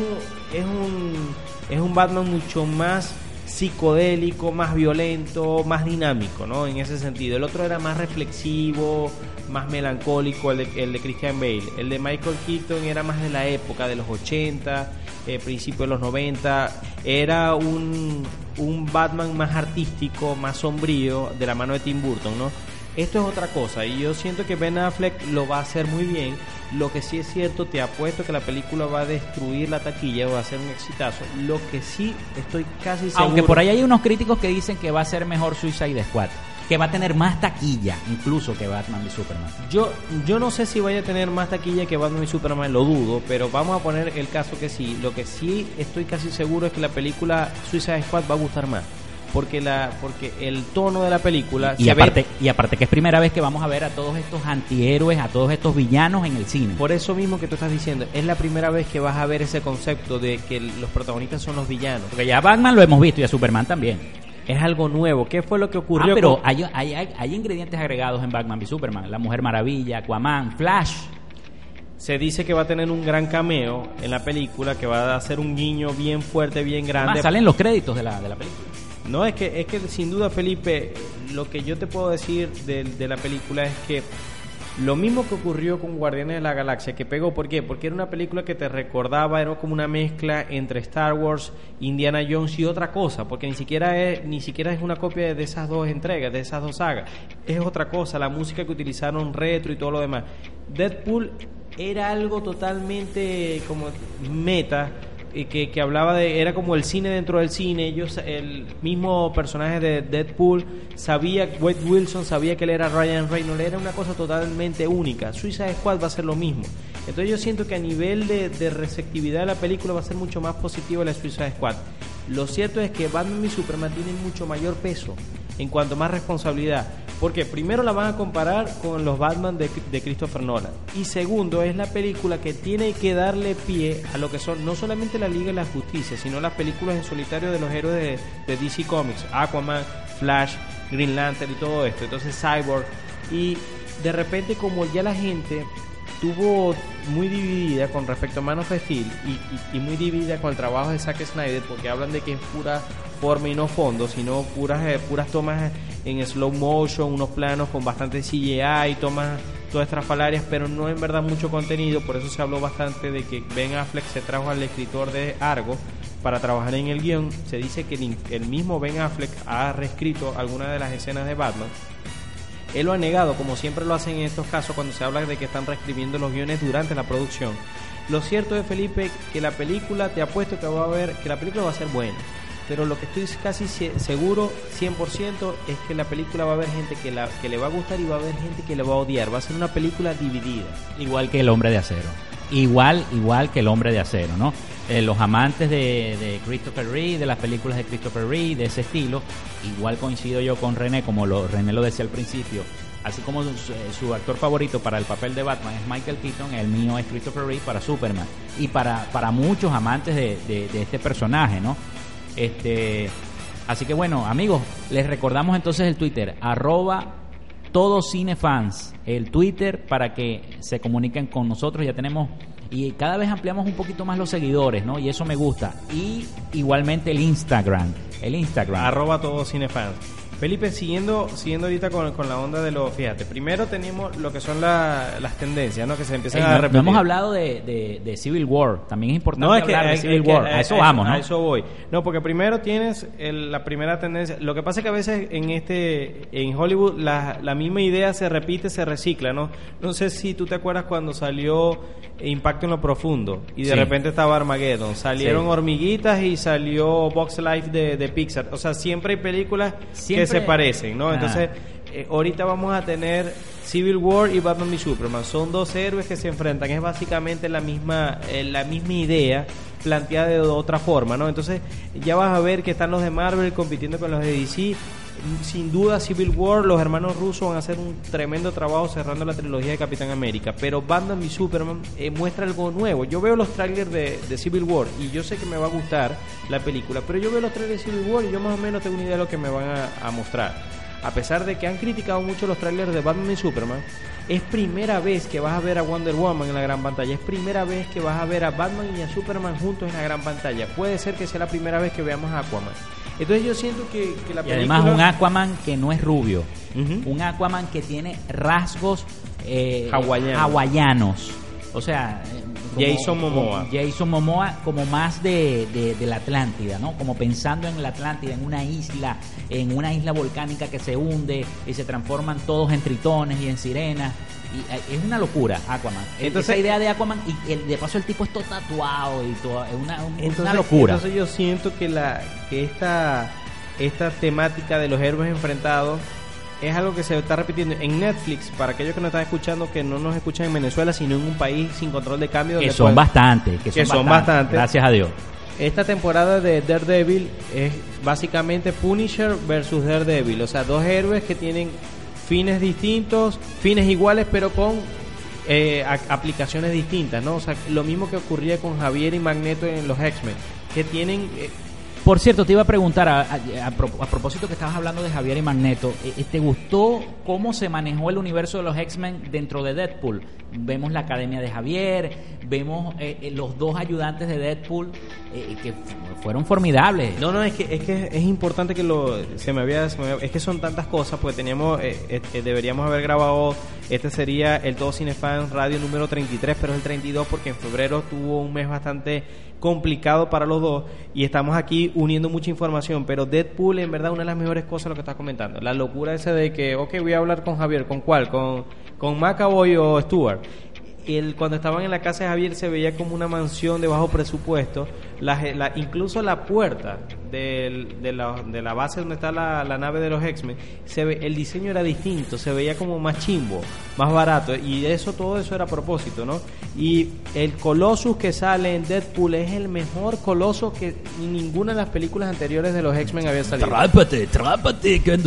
es un Batman mucho más psicodélico, más violento, más dinámico, ¿no? En ese sentido. El otro era más reflexivo, más melancólico, el de Christian Bale. El de Michael Keaton era más de la época de los 80, principios de los 90. Era un Batman más artístico, más sombrío, de la mano de Tim Burton, ¿no? Esto es otra cosa, y yo siento que Ben Affleck lo va a hacer muy bien. Lo que sí es cierto, te apuesto que la película va a destruir la taquilla, va a ser un exitazo. Lo que sí estoy casi seguro... Aunque por ahí hay unos críticos que dicen que va a ser mejor Suicide Squad, que va a tener más taquilla incluso que Batman y Superman. Yo no sé si vaya a tener más taquilla que Batman y Superman, lo dudo, pero vamos a poner el caso que sí. Lo que sí estoy casi seguro es que la película Suicide Squad va a gustar más. Porque el tono de la película y aparte que es primera vez que vamos a ver a todos estos antihéroes, a todos estos villanos en el cine. Por eso mismo que tú estás diciendo, es la primera vez que vas a ver ese concepto de que los protagonistas son los villanos. Porque ya Batman lo hemos visto y a Superman también. Es algo nuevo. ¿Qué fue lo que ocurrió? Pero hay ingredientes agregados en Batman y Superman. La Mujer Maravilla, Aquaman, Flash. Se dice que va a tener un gran cameo en la película, que va a hacer un guiño bien fuerte, bien grande. Además, salen los créditos de la película. No, es que sin duda, Felipe, lo que yo te puedo decir de la película es que lo mismo que ocurrió con Guardianes de la Galaxia, que pegó, ¿por qué? Porque era una película que te recordaba, era como una mezcla entre Star Wars, Indiana Jones y otra cosa, porque ni siquiera es una copia de esas dos entregas, de esas dos sagas, es otra cosa, la música que utilizaron retro y todo lo demás. Deadpool era algo totalmente como meta, que hablaba era como el cine dentro del cine. El mismo personaje de Deadpool sabía, Wade Wilson sabía que él era Ryan Reynolds, era una cosa totalmente única. Suicide Squad va a ser lo mismo. Entonces yo siento que a nivel de receptividad de la película va a ser mucho más positiva la Suicide Squad. Lo cierto es que Batman y Superman tienen mucho mayor peso en cuanto a más responsabilidad, porque primero la van a comparar con los Batman de Christopher Nolan, y segundo es la película que tiene que darle pie a lo que son no solamente la Liga de la Justicia, sino las películas en solitario de los héroes de DC Comics, Aquaman, Flash, Green Lantern y todo esto. Entonces Cyborg, y de repente como ya la gente estuvo muy dividida con respecto a Man of Steel y muy dividida con el trabajo de Zack Snyder, porque hablan de que es pura forma y no fondo, sino puras tomas en slow motion, unos planos con bastante CGI, tomas todas estrafalarias, pero no en verdad mucho contenido. Por eso se habló bastante de que Ben Affleck se trajo al escritor de Argo para trabajar en el guión. Se dice que el mismo Ben Affleck ha reescrito algunas de las escenas de Batman. Él lo ha negado, como siempre lo hacen en estos casos cuando se habla de que están reescribiendo los guiones durante la producción. Lo cierto es, Felipe, que la película, te apuesto que la película va a ser buena, pero lo que estoy casi seguro, 100%, es que la película va a haber gente que le va a gustar y va a haber gente que le va a odiar. Va a ser una película dividida. Igual que El Hombre de Acero. Igual que El Hombre de Acero, ¿no? Los amantes de Christopher Reeve, de las películas de Christopher Reeve, de ese estilo, igual coincido yo con René, René lo decía al principio, así como su actor favorito para el papel de Batman es Michael Keaton, el mío es Christopher Reeve para Superman, y para muchos amantes de este personaje, ¿no? Así que bueno, amigos, les recordamos entonces el Twitter, @todoscinefans, el Twitter, para que se comuniquen con nosotros. Ya tenemos, y cada vez ampliamos un poquito más los seguidores, ¿no? Y eso me gusta. Y igualmente el Instagram, @todoscinefans. Felipe, siguiendo ahorita con la onda de fíjate, primero tenemos lo que son las tendencias, ¿no? Que se empiezan a repetir. No hemos hablado de Civil War, también es importante hablar de Civil War, a eso vamos, ¿no? A eso voy. No, porque primero tienes la primera tendencia. Lo que pasa es que a veces en Hollywood la misma idea se repite, se recicla, ¿no? No sé si tú te acuerdas cuando salió Impacto en lo Profundo y de repente estaba Armageddon, salieron Hormiguitas y salió Box Life de Pixar. O sea, siempre hay películas que se parecen, ¿no? Entonces ahorita vamos a tener Civil War y Batman v Superman. Son dos héroes que se enfrentan. Es básicamente la misma idea planteada de otra forma, ¿no? Entonces ya vas a ver que están los de Marvel compitiendo con los de DC. Sin duda Civil War, los hermanos rusos van a hacer un tremendo trabajo cerrando la trilogía de Capitán América, pero Batman v Superman muestra algo nuevo. Yo veo los trailers de Civil War y yo sé que me va a gustar la película, pero yo veo los trailers de Civil War y yo más o menos tengo una idea de lo que me van a mostrar. A pesar de que han criticado mucho los trailers de Batman v Superman, es primera vez que vas a ver a Wonder Woman en la gran pantalla, es primera vez que vas a ver a Batman y a Superman juntos en la gran pantalla. Puede ser que sea la primera vez que veamos a Aquaman. Entonces yo siento que la película... Y además un Aquaman que no es rubio, un Aquaman que tiene rasgos hawaianos. O sea, Jason Momoa como más de la Atlántida, ¿no? Como pensando en la Atlántida, en una isla volcánica que se hunde y se transforman todos en tritones y en sirenas. Y es una locura Aquaman. Entonces, esa idea de Aquaman, y de paso el tipo es todo tatuado y todo, es una locura. Entonces yo siento que esta temática de los héroes enfrentados es algo que se está repitiendo en Netflix. Para aquellos que nos están escuchando, que no nos escuchan en Venezuela, sino en un país sin control de cambio, que son bastantes, gracias a Dios. Esta temporada de Daredevil es básicamente Punisher versus Daredevil, o sea, dos héroes que tienen fines distintos, fines iguales, pero con aplicaciones distintas, ¿no? O sea, lo mismo que ocurría con Javier y Magneto en los X-Men, que tienen... Por cierto, te iba a preguntar, a propósito que estabas hablando de Javier y Magneto, ¿te gustó cómo se manejó el universo de los X-Men dentro de Deadpool? Vemos la academia de Javier, vemos los dos ayudantes de Deadpool que fueron formidables. No, es que es importante que es que son tantas cosas, pues teníamos deberíamos haber grabado, este sería el Todo Cinefans Radio número 33, pero es el 32 porque en febrero tuvo un mes bastante complicado para los dos y estamos aquí uniendo mucha información, pero Deadpool en verdad una de las mejores cosas de lo que estás comentando, la locura esa de que voy a hablar con Javier, ¿con cuál? ¿Con McAvoy o Stewart? Cuando estaban en la casa de Javier se veía como una mansión de bajo presupuesto, incluso la puerta de la base donde está la nave de los X-Men, el diseño era distinto, se veía como más chimbo, más barato, y todo eso era a propósito, ¿no? Y el Colossus que sale en Deadpool es el mejor Colossus que ninguna de las películas anteriores de los X-Men había salido. Trápate, que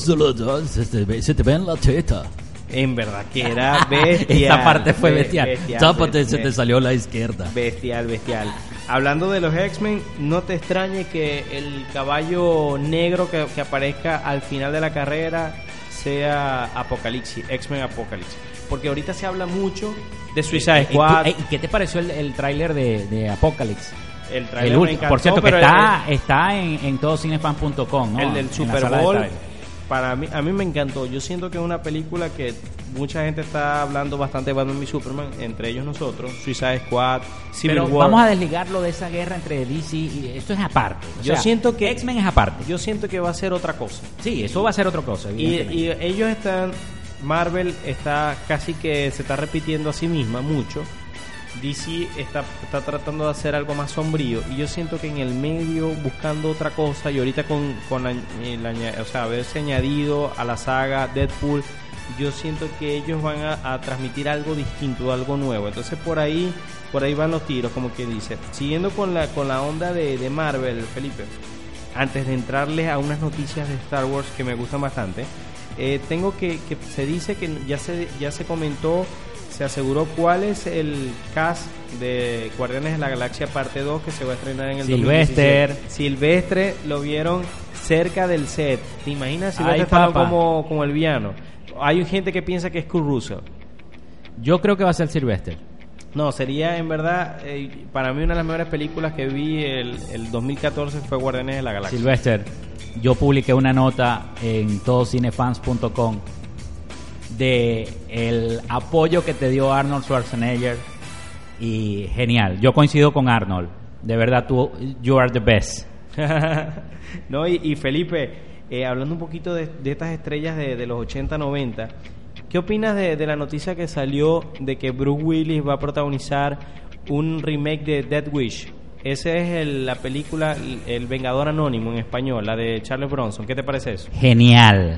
se te ve en la teta. En verdad que era bestial. Esta parte fue bestial. Tápate, se te salió la izquierda. Bestial. Hablando de los X-Men, no te extrañe que el caballo negro que aparezca al final de la carrera sea Apocalipsis, X-Men Apocalipsis. Porque ahorita se habla mucho de Suicide Squad. ¿Y qué te pareció el tráiler de Apocalypse? El tráiler me encantó. Por cierto, que está en todocinefan.com, ¿no? El del Super Bowl. A mí me encantó. Yo siento que es una película que mucha gente está hablando bastante de Batman y Superman, entre ellos nosotros, Suicide Squad, Civil War. Pero vamos a desligarlo de esa guerra entre DC y esto es aparte. Siento que X-Men es aparte. Yo siento que va a ser otra cosa. Sí, eso va a ser otra cosa. Y ellos Marvel está casi que se está repitiendo a sí misma mucho. DC está tratando de hacer algo más sombrío y yo siento que en el medio buscando otra cosa, y ahorita con haberse añadido a la saga Deadpool, yo siento que ellos van a transmitir algo distinto, algo nuevo. Entonces por ahí van los tiros, como quien dice. Siguiendo con la onda de Marvel, Felipe, antes de entrarles a unas noticias de Star Wars que me gustan bastante, tengo que se dice que ya se comentó, se aseguró cuál es el cast de Guardianes de la Galaxia parte 2 que se va a estrenar en el 2017. Silvestre lo vieron cerca del set. ¿Te imaginas Silvestre estaba como el villano? Hay gente que piensa que es Kurt Russell. Yo creo que va a ser Silvestre. No, sería en verdad para mí una de las mejores películas que vi el 2014 fue Guardianes de la Galaxia. Silvestre, yo publiqué una nota en todocinefans.com de el apoyo que te dio Arnold Schwarzenegger y genial. Yo coincido con Arnold. De verdad, you are the best. No, y Felipe, hablando un poquito de estas estrellas de los 80-90, ¿qué opinas de la noticia que salió de que Bruce Willis va a protagonizar un remake de Death Wish? Esa es la película El Vengador Anónimo en español, la de Charles Bronson. ¿Qué te parece eso? Genial.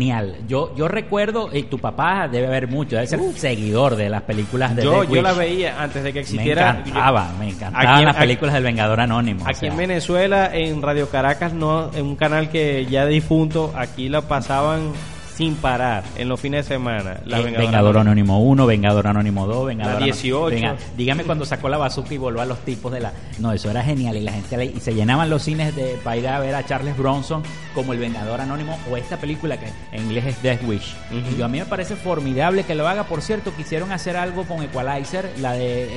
Yo recuerdo, y tu papá debe ver mucho, debe ser seguidor de las películas de Yo Death Wish. la veía antes de que existiera. Me encantaban las películas del Vengador Anónimo. Aquí en Venezuela, en Radio Caracas, no, en un canal que ya difunto, aquí la pasaban sin parar en los fines de semana. Vengador Anónimo 1, Vengador Anónimo 2, Vengador la 18. Dígame cuando sacó la bazooka y volvió a los tipos de la... No, eso era genial. Y la gente y se llenaban los cines para ir a ver a Charles Bronson como el Vengador Anónimo, o esta película que en inglés es Death Wish. Y a mí me parece formidable que lo haga. Por cierto, quisieron hacer algo con Equalizer, la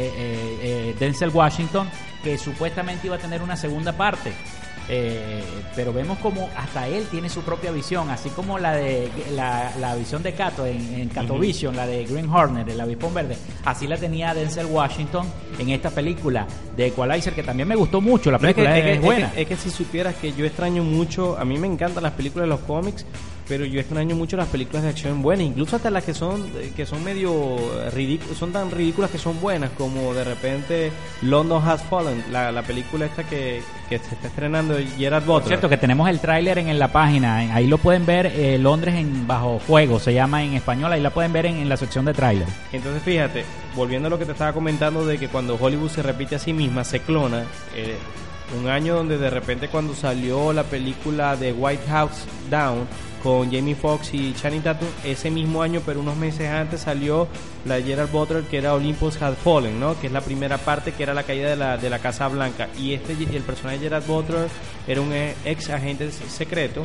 de Denzel Washington, que supuestamente iba a tener una segunda parte. Pero vemos como hasta él tiene su propia visión, así como la de la visión de Cato en Catovision, la de Green Hornet, el avispón verde, así la tenía Denzel Washington en esta película de Equalizer, que también me gustó mucho. La película es buena. Es que si supieras que yo extraño mucho, a mí me encantan las películas de los cómics, pero yo extraño mucho las películas de acción buenas, incluso hasta las que son medio ridículas, son tan ridículas que son buenas, como de repente London Has Fallen, la película esta que se está estrenando de Gerard Butler. Por cierto, que tenemos el tráiler en la página, ahí lo pueden ver, Londres bajo fuego, se llama en español, ahí la pueden ver en la sección de tráiler. Entonces fíjate, volviendo a lo que te estaba comentando de que cuando Hollywood se repite a sí misma, se clona, un año donde de repente cuando salió la película de White House Down con Jamie Foxx y Channing Tatum, ese mismo año, pero unos meses antes salió la de Gerard Butler, que era Olympus Has Fallen, ¿no? Que es la primera parte, que era la caída de la Casa Blanca. Y el personaje de Gerard Butler era un ex agente secreto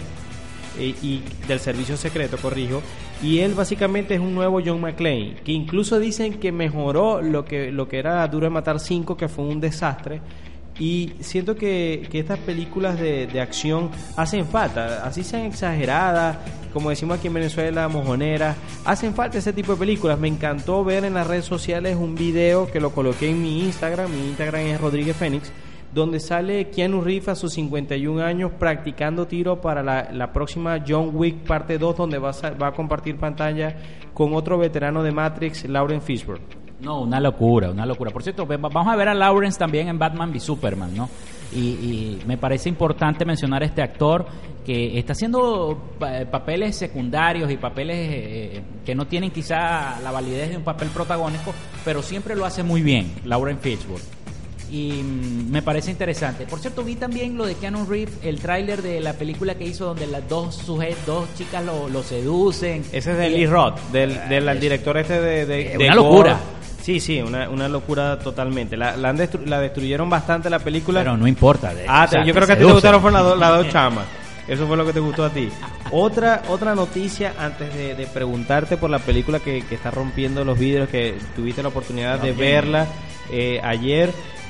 y del servicio secreto, corrijo, y él básicamente es un nuevo John McClane, que incluso dicen que mejoró lo que era Duro de Matar 5, que fue un desastre. Y siento que estas películas de acción hacen falta, así sean exageradas, como decimos aquí en Venezuela, mojoneras, hacen falta ese tipo de películas. Me encantó ver en las redes sociales un video que lo coloqué en mi Instagram es Rodríguez Fénix, donde sale Keanu Reeves a sus 51 años practicando tiro para la próxima John Wick parte 2, donde va a compartir pantalla con otro veterano de Matrix, Lawrence Fishburne. No, una locura. Por cierto, vamos a ver a Lawrence también en Batman v Superman, ¿no? Y me parece importante mencionar a este actor que está haciendo papeles secundarios y papeles que no tienen quizá la validez de un papel protagónico, pero siempre lo hace muy bien, Lawrence Fishburne. Y me parece interesante. Por cierto, vi también lo de Keanu Reeves, el tráiler de la película que hizo donde las dos chicas lo seducen. Ese es de Lee Roth, del director de una locura. Gore. Sí, una locura totalmente. La destruyeron bastante la película. Pero no importa. Yo creo que a ti te gustaron fueron las dos chamas. Eso fue lo que te gustó a ti. Otra noticia antes de preguntarte por la película que está rompiendo los vidrios, que tuviste la oportunidad de verla ayer.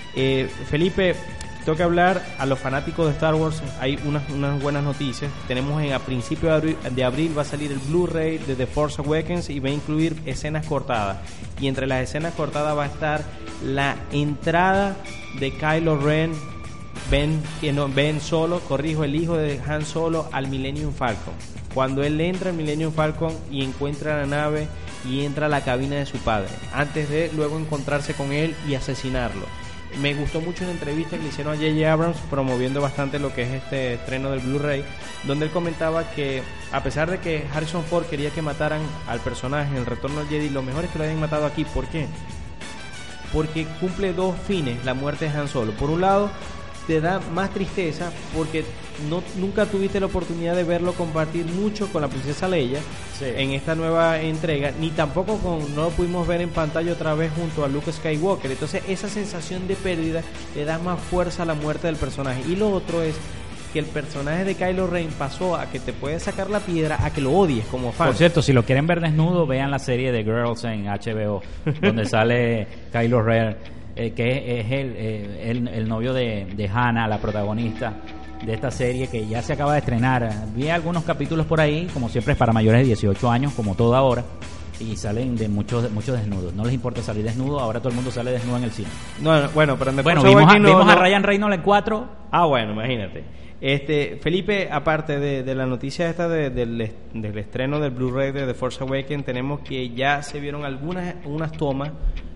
Felipe, tengo que hablar a los fanáticos de Star Wars. Hay unas buenas noticias. Tenemos a principios de abril va a salir el Blu-ray de The Force Awakens y va a incluir escenas cortadas. Y entre las escenas cortadas va a estar la entrada de Kylo Ren, Ben Solo, el hijo de Han Solo, al Millennium Falcon. Cuando él entra al Millennium Falcon y encuentra la nave y entra a la cabina de su padre, antes de luego encontrarse con él y asesinarlo. Me gustó mucho una entrevista que le hicieron a J.J. Abrams promoviendo bastante lo que es este estreno del Blu-ray, donde él comentaba que a pesar de que Harrison Ford quería que mataran al personaje en El Retorno del Jedi, lo mejor es que lo hayan matado aquí. ¿Por qué? Porque cumple dos fines la muerte de Han Solo. Por un lado, te da más tristeza porque nunca tuviste la oportunidad de verlo compartir mucho con la princesa Leia en esta nueva entrega, ni tampoco no lo pudimos ver en pantalla otra vez junto a Luke Skywalker. Entonces esa sensación de pérdida le da más fuerza a la muerte del personaje. Y lo otro es que el personaje de Kylo Ren pasó a que te puede sacar la piedra a que lo odies como fan. Por cierto, si lo quieren ver desnudo, vean la serie de Girls en HBO, donde sale Kylo Ren, que es el novio de Hannah, la protagonista de esta serie que ya se acaba de estrenar. Vi algunos capítulos por ahí, como siempre es para mayores de 18 años, como toda hora, y salen de muchos desnudos. No les importa salir desnudo, ahora todo el mundo sale desnudo en el cine. Pero vimos a Ryan Reynolds en 4. Bueno, imagínate. Felipe, aparte de la noticia esta del estreno del Blu-ray de The Force Awakens, tenemos que ya se vieron unas tomas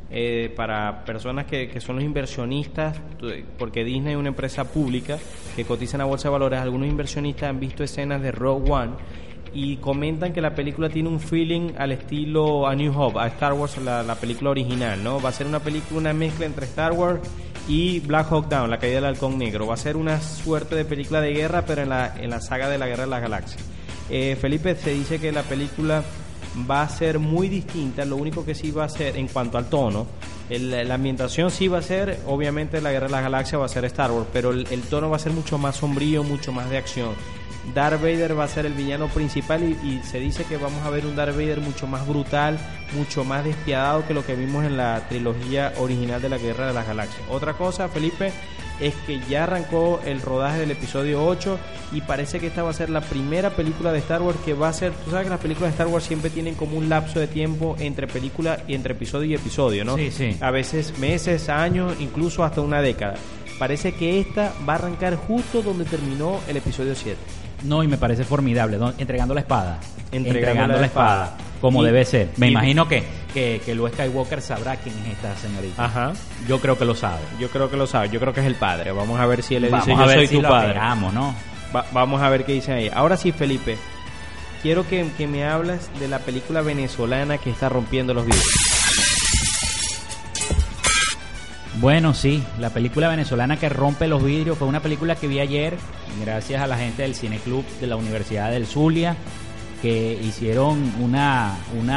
para personas que son los inversionistas, porque Disney es una empresa pública que cotiza en la bolsa de valores. Algunos inversionistas han visto escenas de Rogue One y comentan que la película tiene un feeling al estilo A New Hope, a Star Wars, la película original, ¿no? Va a ser una película, una mezcla entre Star Wars y Black Hawk Down, la caída del halcón negro. Va a ser una suerte de película de guerra, pero en la saga de la Guerra de las Galaxias. Felipe, se dice que la película va a ser muy distinta. Lo único que sí va a ser, en cuanto al tono, la ambientación sí va a ser, obviamente la Guerra de las Galaxias va a ser Star Wars, pero el tono va a ser mucho más sombrío, mucho más de acción. Darth Vader va a ser el villano principal y se dice que vamos a ver un Darth Vader mucho más brutal, mucho más despiadado que lo que vimos en la trilogía original de la Guerra de las Galaxias. Otra cosa, Felipe, es que ya arrancó el rodaje del episodio 8 y parece que esta va a ser la primera película de Star Wars que va a ser, tú sabes que las películas de Star Wars siempre tienen como un lapso de tiempo entre película y entre episodio y episodio, ¿no? Sí, sí. A veces meses, años, incluso hasta una década. Parece que esta va a arrancar justo donde terminó el episodio 7. No, y me parece formidable, ¿no? Entregando la espada. Entregando la espada. Como Y- debe ser. Me y- imagino que Luke Skywalker sabrá quién es esta señorita. Ajá. Yo creo que lo sabe. Yo creo que lo sabe. Yo creo que es el padre. Vamos a ver si él le Vamos dice a yo ver soy si tu lo padre. pegamos, ¿no? Vamos a ver qué dicen ahí. Ahora sí, Felipe, quiero que me hables de la película venezolana que está rompiendo los vidrios. Bueno, sí, la película venezolana que rompe los vidrios fue una película que vi ayer, gracias a la gente del Cine Club de la Universidad del Zulia, que hicieron una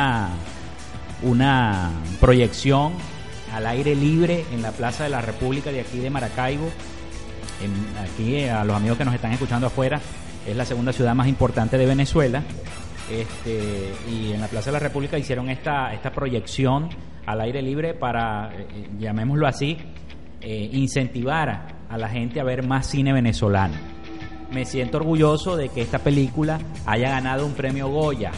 proyección al aire libre en la Plaza de la República de aquí de Maracaibo. Aquí, a los amigos que nos están escuchando afuera, es la segunda ciudad más importante de Venezuela. Y en la Plaza de la República hicieron esta proyección al aire libre para, llamémoslo así, incentivar a la gente a ver más cine venezolano. Me siento orgulloso de que esta película haya ganado un premio Goya.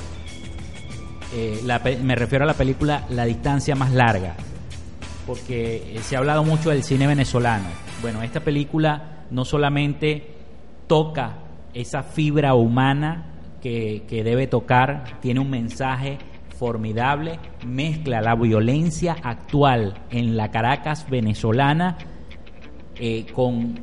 Me refiero a la película La distancia más larga, porque se ha hablado mucho del cine venezolano. Bueno, esta película no solamente toca esa fibra humana que debe tocar, tiene un mensaje formidable, mezcla la violencia actual en la Caracas venezolana con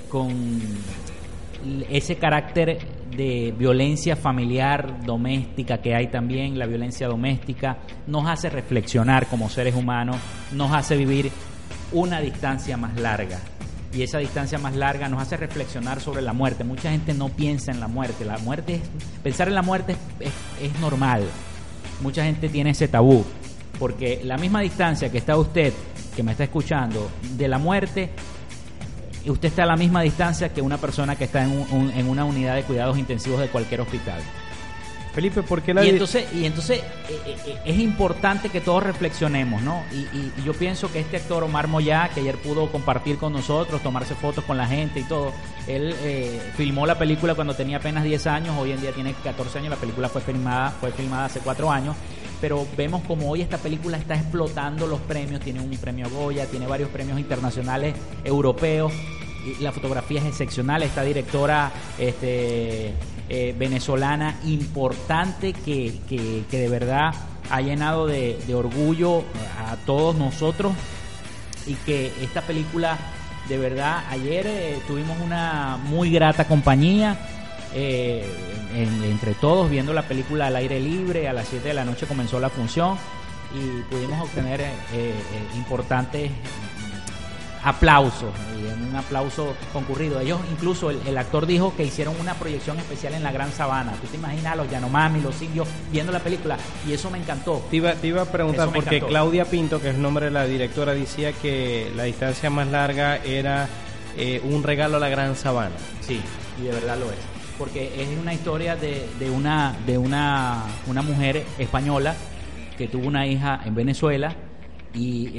ese carácter de violencia familiar doméstica que hay también. La violencia doméstica nos hace reflexionar como seres humanos, nos hace vivir una distancia más larga, y esa distancia más larga nos hace reflexionar sobre la muerte. Mucha gente no piensa en la muerte. Pensar en la muerte es normal. Mucha gente tiene ese tabú, porque la misma distancia que está usted, que me está escuchando, de la muerte, usted está a la misma distancia que una persona que está en una unidad de cuidados intensivos de cualquier hospital. Felipe, ¿por qué Y entonces es importante que todos reflexionemos, ¿no? Y yo pienso que este actor Omar Moyá, que ayer pudo compartir con nosotros, tomarse fotos con la gente y todo, él filmó la película cuando tenía apenas 10 años, hoy en día tiene 14 años, la película fue filmada hace 4 años, pero vemos como hoy esta película está explotando los premios, tiene un premio Goya, tiene varios premios internacionales europeos, y la fotografía es excepcional. Esta directora venezolana importante que de verdad ha llenado de orgullo a todos nosotros, y que esta película, de verdad, ayer tuvimos una muy grata compañía entre todos viendo la película al aire libre. A las 7 de la noche comenzó la función y pudimos obtener importantes aplausos, un aplauso concurrido. Ellos, incluso el actor dijo que hicieron una proyección especial en la Gran Sabana. Tú te imaginas a los Yanomami, los indios viendo la película, y eso me encantó. Te iba a preguntar, Eso me porque encantó. Claudia Pinto, que es el nombre de la directora, decía que La distancia más larga era un regalo a la Gran Sabana. Sí, y de verdad lo es, porque es una historia de una mujer española que tuvo una hija en Venezuela, y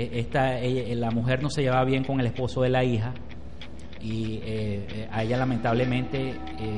la mujer no se llevaba bien con el esposo de la hija, y a ella lamentablemente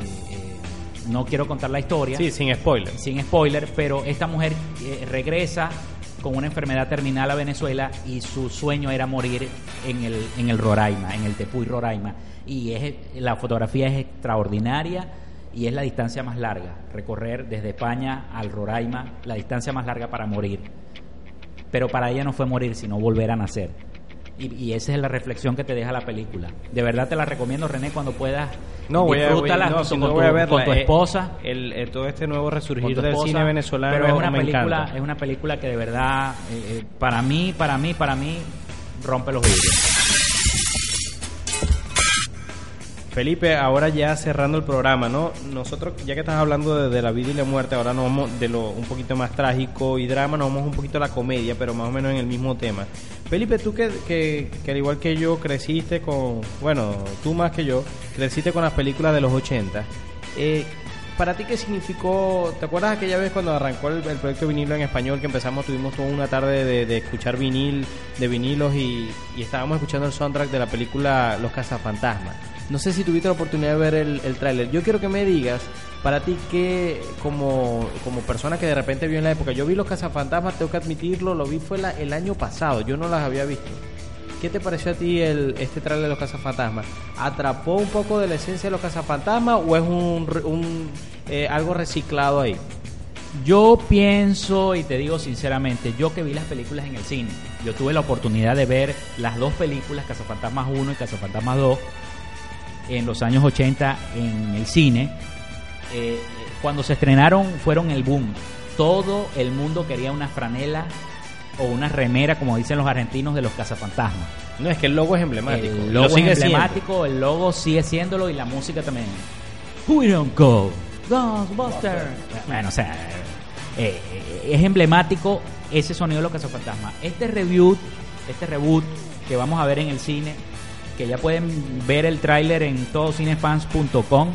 no quiero contar la historia. Sí, sin spoiler. Sin spoiler, pero esta mujer regresa con una enfermedad terminal a Venezuela, y su sueño era morir en el Roraima, en el Tepuy Roraima, y la fotografía es extraordinaria, y es la distancia más larga, recorrer desde España al Roraima, la distancia más larga para morir. pero para ella no fue morir, sino volver a nacer. Y esa es la reflexión que te deja la película. De verdad te la recomiendo, René, cuando puedas. Disfrútala con tu esposa. Todo este nuevo resurgir del esposa, cine venezolano. Pero encanta. Es una película que de verdad, para mí, rompe los vidrios. Felipe, ahora ya cerrando el programa, ¿no? Nosotros, ya que estás hablando de la vida y la muerte, ahora nos vamos de lo un poquito más trágico y drama, nos vamos un poquito a la comedia, pero más o menos en el mismo tema. Felipe, tú que al igual que yo creciste con, bueno, tú más que yo, creciste con las películas de los 80. ¿Para ti qué significó? ¿Te acuerdas aquella vez cuando arrancó el proyecto Vinilo en Español, que tuvimos toda una tarde de escuchar vinilos y estábamos escuchando el soundtrack de la película Los Cazafantasmas? No sé si tuviste la oportunidad de ver el tráiler. Yo quiero que me digas, para ti, que como persona que de repente vio en la época, yo vi Los Cazafantasmas, tengo que admitirlo, lo vi fue el año pasado, yo no las había visto. ¿Qué te pareció a ti este tráiler de Los Cazafantasmas? ¿Atrapó un poco de la esencia de Los Cazafantasmas o es algo reciclado ahí? Yo pienso, y te digo sinceramente, yo que vi las películas en el cine, yo tuve la oportunidad de ver las dos películas, Cazafantasmas 1 y Cazafantasmas 2, en los años 80 en el cine. Cuando se estrenaron fueron el boom. Todo el mundo quería una franela o una remera, como dicen los argentinos, de Los Cazafantasmas. No, es que el logo es emblemático. El logo es emblemático, el logo sigue siéndolo y la música también. We don't go, Ghostbusters. Bueno, o sea, es emblemático ese sonido de Los Cazafantasmas. Este reboot que vamos a ver en el cine, que ya pueden ver el tráiler en todocinefans.com.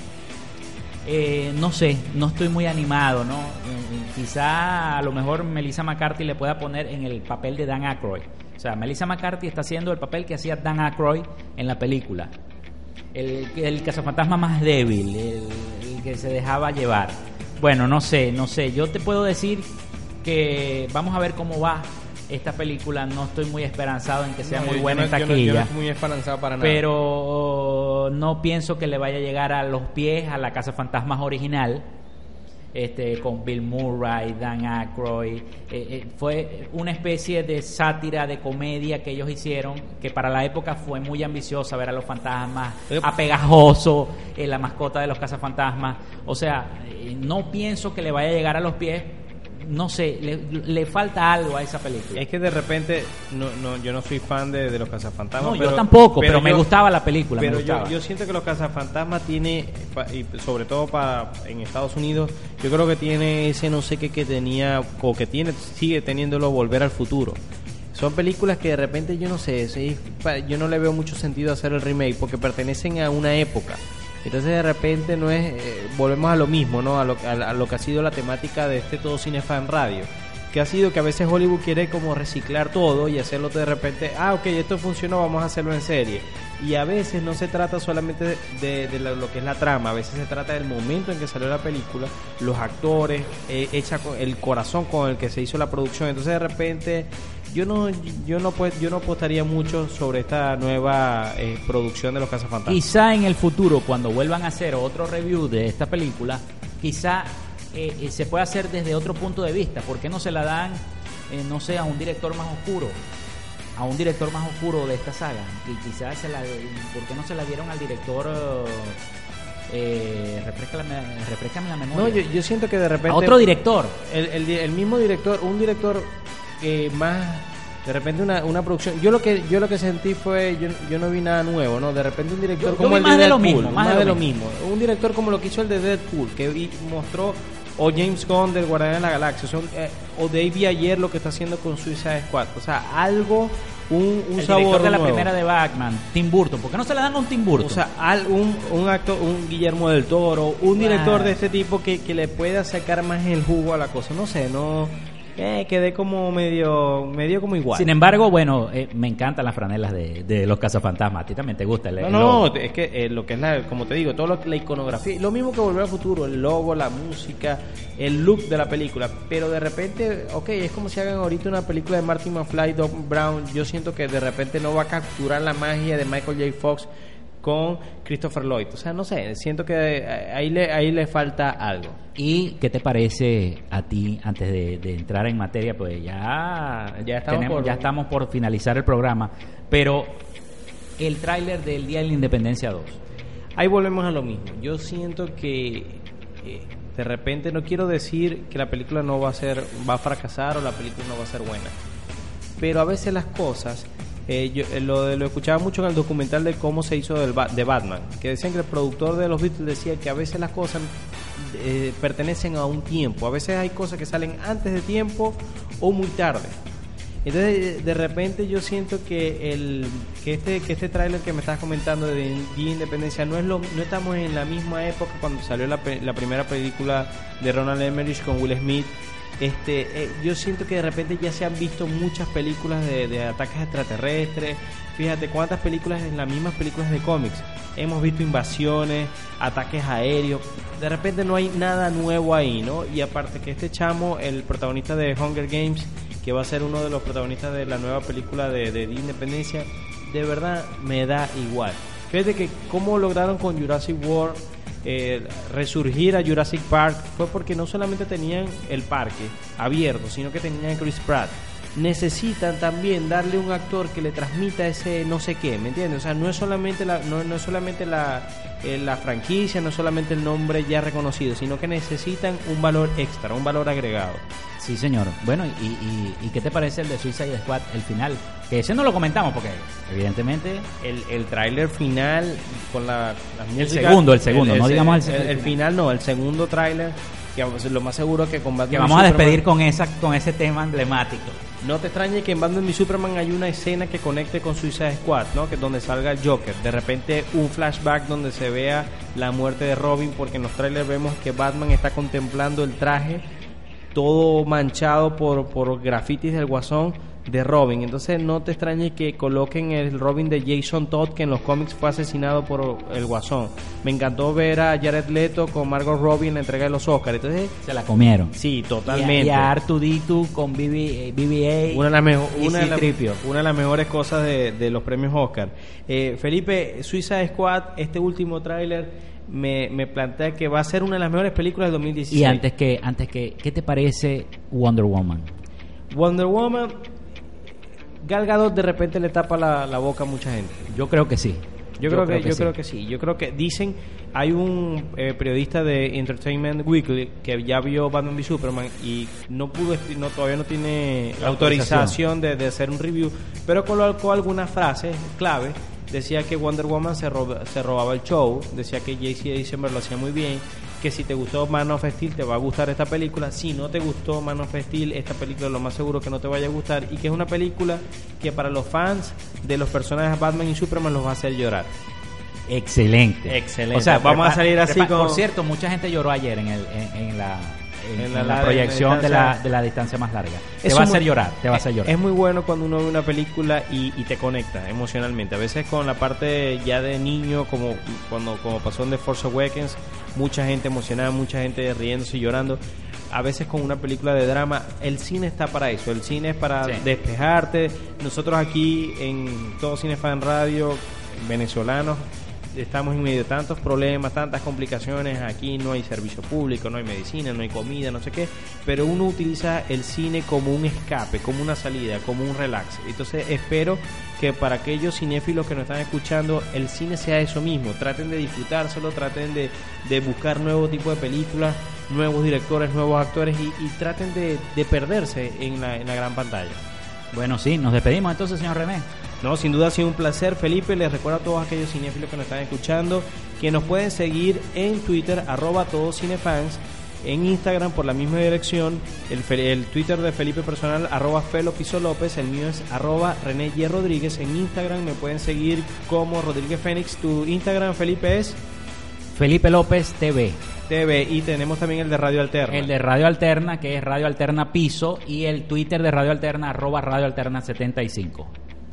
No sé, no estoy muy animado, ¿no? Quizá a lo mejor Melissa McCarthy le pueda poner en el papel de Dan Aykroyd. O sea, Melissa McCarthy está haciendo el papel que hacía Dan Aykroyd en la película. El cazafantasma más débil, el que se dejaba llevar. Bueno, no sé. Yo te puedo decir que vamos a ver cómo va esta película. No estoy muy esperanzado en que sea muy buena en taquilla. Yo no estoy muy esperanzado para nada. Pero no pienso que le vaya a llegar a los pies a la Cazafantasmas original, con Bill Murray, Dan Aykroyd. Fue una especie de sátira, de comedia que ellos hicieron, que para la época fue muy ambiciosa, ver a los fantasmas, apegajoso, la mascota de los Cazafantasmas. O sea, no pienso que le vaya a llegar a los pies. No sé, le falta algo a esa película. Es que de repente, yo no soy fan de Los Cazafantasmas. No, yo tampoco, pero me gustaba la película. Pero yo siento que Los Cazafantasmas tiene, y sobre todo en Estados Unidos, yo creo que tiene ese no sé qué que tenía, o que sigue teniéndolo, Volver al Futuro. Son películas que de repente, yo no sé, yo no le veo mucho sentido hacer el remake, porque pertenecen a una época. Entonces de repente no es, volvemos a lo mismo, ¿no? A lo que ha sido la temática de Todo Cine Fan Radio, que ha sido que a veces Hollywood quiere como reciclar todo y hacerlo de repente, ok, esto funcionó, vamos a hacerlo en serie. Y a veces no se trata solamente de lo que es la trama, a veces se trata del momento en que salió la película, los actores, el corazón con el que se hizo la producción. Entonces de repente yo no apostaría mucho sobre esta nueva producción de Los Cazafantasmas. Quizá en el futuro, cuando vuelvan a hacer otro review de esta película, quizá se pueda hacer desde otro punto de vista. ¿Por qué no se la dan, no sé, a un director más oscuro? A un director más oscuro de esta saga. Y quizás ¿por qué no se la dieron al director? Refrescame la memoria. No, yo siento que de repente... A otro director. El mismo director, un director más... De repente una producción... Yo lo que sentí fue... Yo no vi nada nuevo, ¿no? De repente un director como el de Deadpool. Más de lo mismo. Un director como lo que hizo el de Deadpool, que mostró... O James Gunn del Guardián de la Galaxia, o David Ayer lo que está haciendo con Suicide Squad. O sea, algo, un el sabor director de la nuevo. primera de Batman, Tim Burton. ¿Por qué no se la dan a un Tim Burton? O sea, un actor, un Guillermo del Toro, un director de este tipo que le pueda sacar más el jugo a la cosa. No sé, quedé como medio como igual. Sin embargo, bueno, me encantan las franelas de Los Cazafantasmas. A ti también te gusta el No, logo. es que lo que es como te digo, todo la iconografía, lo mismo que Volver al Futuro, el logo, la música, el look de la película, pero de repente, es como si hagan ahorita una película de Martin McFly, Doc Brown. Yo siento que de repente no va a capturar la magia de Michael J. Fox con Christopher Lloyd. O sea, no sé, siento que ahí le falta algo. ¿Y qué te parece a ti, antes de entrar en materia? Pues ya estamos por finalizar el programa, pero el tráiler del Día de la Independencia 2. Ahí volvemos a lo mismo. Yo siento que de repente, no quiero decir que la película va a fracasar o la película no va a ser buena, pero a veces las cosas, lo escuchaba mucho en el documental de cómo se hizo de Batman, que decían que el productor de los Beatles decía que a veces las cosas pertenecen a un tiempo, a veces hay cosas que salen antes de tiempo o muy tarde. Entonces, de repente yo siento que este tráiler que me estabas comentando de Día de Independencia no estamos en la misma época cuando salió la primera película de Roland Emmerich con Will Smith. Yo siento que de repente ya se han visto muchas películas de ataques extraterrestres. Fíjate cuántas películas en las mismas películas de cómics hemos visto: invasiones, ataques aéreos. De repente no hay nada nuevo ahí, ¿no? Y aparte que este chamo, el protagonista de Hunger Games, que va a ser uno de los protagonistas de la nueva película de Independencia, de verdad me da igual. Fíjate que cómo lograron con Jurassic World resurgir a Jurassic Park fue porque no solamente tenían el parque abierto, sino que tenían a Chris Pratt. Necesitan también darle un actor que le transmita ese no sé qué, ¿me entiendes? O sea, no es solamente la franquicia, no es solamente el nombre ya reconocido, sino que necesitan un valor extra, un valor agregado. Sí, señor. Bueno, ¿y qué te parece el de Suicide Squad, el final? Que ese no lo comentamos porque, evidentemente... El tráiler final con la música... El segundo, no digamos el final, no, el segundo tráiler, que lo más seguro es que con Batman que vamos a despedir con ese tema emblemático. No te extrañe que en Batman v Superman hay una escena que conecte con Suicide Squad, ¿no? Que es donde salga el Joker. De repente un flashback donde se vea la muerte de Robin, porque en los trailers vemos que Batman está contemplando el traje todo manchado por grafitis del Guasón de Robin. Entonces no te extrañe que coloquen el Robin de Jason Todd, que en los cómics fue asesinado por el Guasón. Me encantó ver a Jared Leto con Margot Robbie en la entrega de los Oscars. Entonces se la comieron. Sí, totalmente. Y a R2D2 con BB-8 una de las mejores cosas de los premios Oscar. Felipe, Suicide Squad, este último tráiler me plantea que va a ser una de las mejores películas del 2016. Y antes que ¿qué te parece Wonder Woman? Wonder Woman, Gal Gadot de repente le tapa la boca a mucha gente. Yo creo que sí. Yo creo que sí. Yo creo que dicen, hay un periodista de Entertainment Weekly que ya vio Batman v Superman y todavía no tiene autorización de hacer un review, pero colocó algunas frases clave. Decía que Wonder Woman se robaba el show, decía que J.C. Eisenberg lo hacía muy bien, que si te gustó Man of Steel te va a gustar esta película, si no te gustó Man of Steel, esta película lo más seguro que no te vaya a gustar, y que es una película que para los fans de los personajes Batman y Superman los va a hacer llorar. Excelente. O sea, vamos a salir así con... Por cierto, mucha gente lloró ayer en la proyección de la distancia más larga. Te va a hacer llorar. Es muy bueno cuando uno ve una película y te conecta emocionalmente. A veces con la parte ya de niño, como pasó en The Force Awakens, mucha gente emocionada, mucha gente riéndose y llorando. A veces con una película de drama, el cine está para eso. El cine es para despejarte. Nosotros aquí en Todo Cine Fan Radio, venezolanos, estamos en medio de tantos problemas, tantas complicaciones. Aquí no hay servicio público, no hay medicina, no hay comida, no sé qué, pero uno utiliza el cine como un escape, como una salida, como un relax. Entonces espero que para aquellos cinéfilos que nos están escuchando, el cine sea eso mismo. Traten de disfrutárselo, traten de buscar nuevo tipo de películas, nuevos directores, nuevos actores, y traten de perderse en la gran pantalla. Bueno, sí, nos despedimos entonces, señor René. No, sin duda ha sido un placer, Felipe. Les recuerdo a todos aquellos cinéfilos que nos están escuchando que nos pueden seguir en Twitter, @todoscinefans, en Instagram por la misma dirección, el Twitter de Felipe personal, @FeloPisoLópez, el mío es @RenéYRodríguez. En Instagram me pueden seguir como Rodríguez Fénix. Tu Instagram, Felipe, es Felipe López TV. Y tenemos también el de Radio Alterna. El de Radio Alterna, que es Radio Alterna Piso, y el Twitter de Radio Alterna, @Radio Alterna 75.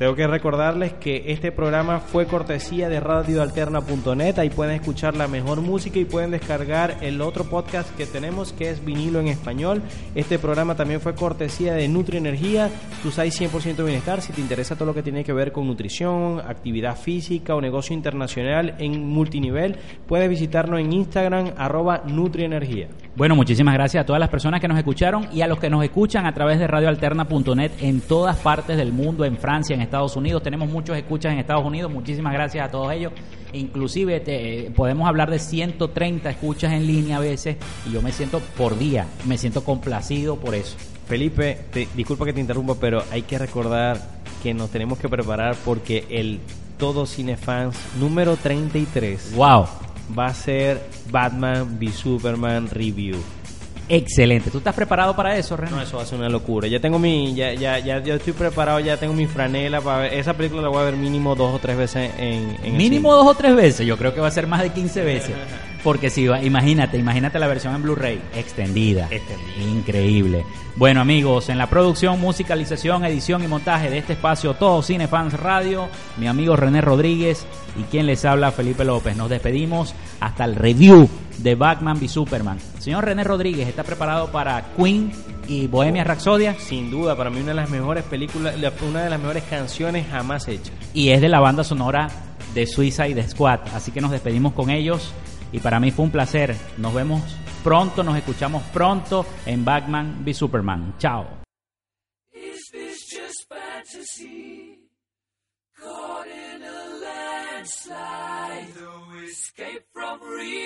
Tengo que recordarles que este programa fue cortesía de radioalterna.net. Ahí pueden escuchar la mejor música y pueden descargar el otro podcast que tenemos, que es Vinilo en Español. Este programa también fue cortesía de Nutri Energía, tu site 100% bienestar. Si te interesa todo lo que tiene que ver con nutrición, actividad física o negocio internacional en multinivel, puedes visitarnos en Instagram, @nutrienergía. Bueno, muchísimas gracias a todas las personas que nos escucharon y a los que nos escuchan a través de radioalterna.net en todas partes del mundo, en Francia, en Estados Unidos. Tenemos muchos escuchas en Estados Unidos. Muchísimas gracias a todos ellos. Inclusive podemos hablar de 130 escuchas en línea a veces y yo me siento por día, me siento complacido por eso. Felipe, disculpa que te interrumpa, pero hay que recordar que nos tenemos que preparar porque el Todo Cinefans número 33 ¡wow! Va a ser Batman v Superman Review. Excelente. ¿Tú estás preparado para eso, René? No, eso va a ser una locura. Ya tengo ya estoy preparado, ya tengo mi franela para ver. Esa película la voy a ver mínimo 2 o 3 veces en mínimo 2 o 3 veces. Yo creo que va a ser más de 15 veces. Porque si imagínate la versión en Blu-ray extendida. Increíble. Bueno, amigos, en la producción, musicalización, edición y montaje de este espacio Todo Cinefans Radio, mi amigo René Rodríguez y quien les habla, Felipe López. Nos despedimos hasta el review de Batman v Superman. Señor René Rodríguez, ¿está preparado para Queen y Bohemia Rhapsodia? Sin duda, para mí una de las mejores películas, una de las mejores canciones jamás hechas. Y es de la banda sonora de Suicide Squad. Así que nos despedimos con ellos. Y para mí fue un placer. Nos vemos pronto, nos escuchamos pronto en Batman v Superman. Chao. Is this just fantasy? Caught in a landslide, no escape from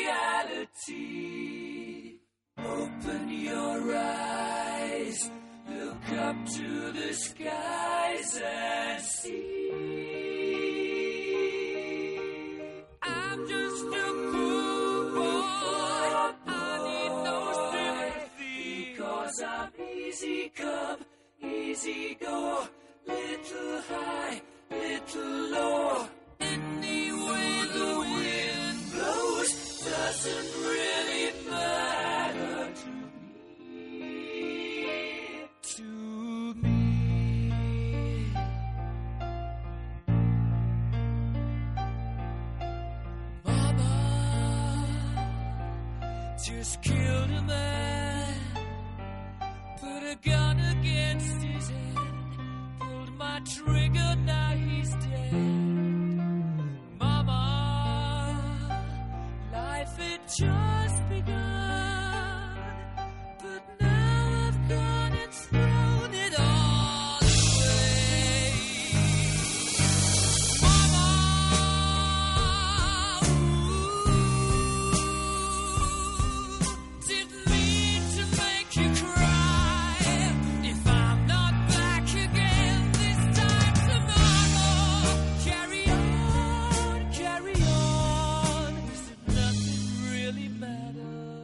reality. Open your eyes, look up to the skies and see. I'm just a poor boy, I need no sympathy, because I'm easy come, easy go, little high, little low. Any way the wind blows doesn't really matter to me. Mama just killed a man, put a gun against his head, pulled my trigger, now he's dead. Mama, life had just begun, but now I've gone and thrown it all away. Mama, didn't mean to make you cry. If I'm not back again this time tomorrow, carry on, as if nothing really matters.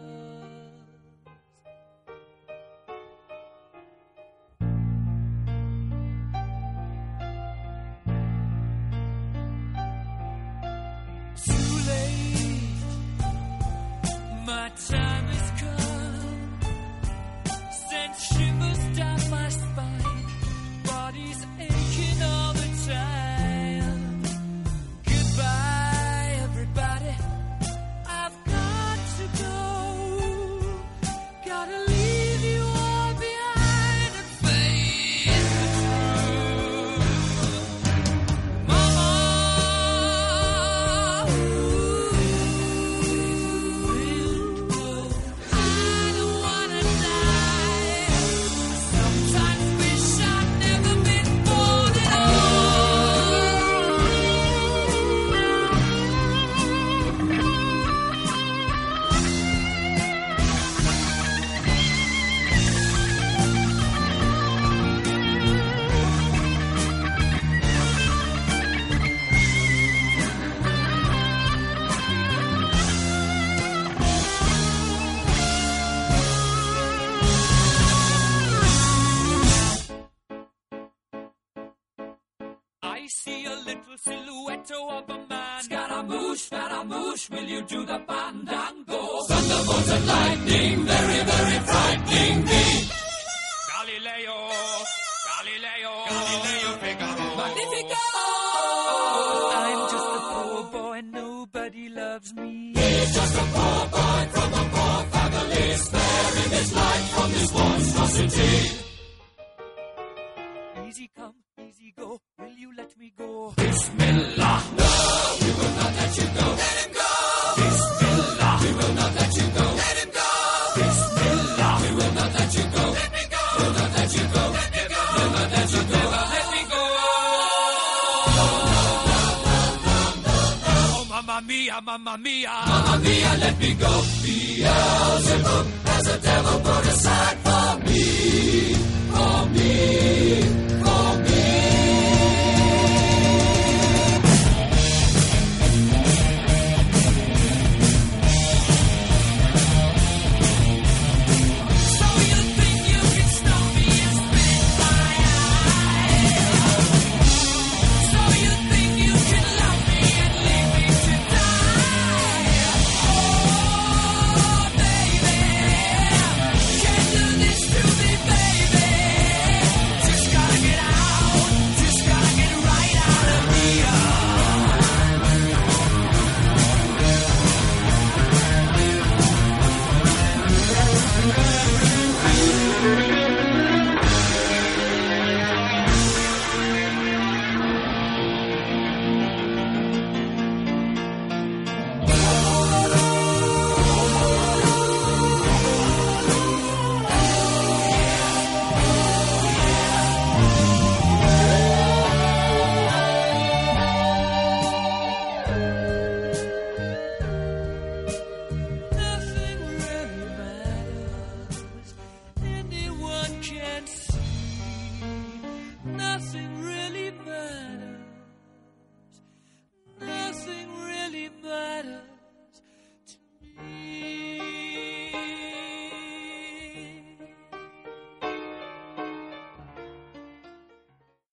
Too late, my time has come, sent shivers down my spine, body's aching all the time. Goodbye, everybody, I've got to go, gotta leave you all behind and face the truth. Mama, I don't wanna die. Sometimes wish I'd never been born at all. I see a little silhouette of a man. Scaramouche, will you do the fandango? Thunderbolts and lightning, very, very frightening me. Galileo, Figaro. Magnificat. Easy come, easy go, will you let me go? Oh, mamma mia, mamma mia. Mamma mia, let me go. Beelzebub has a devil put aside for me, for me, for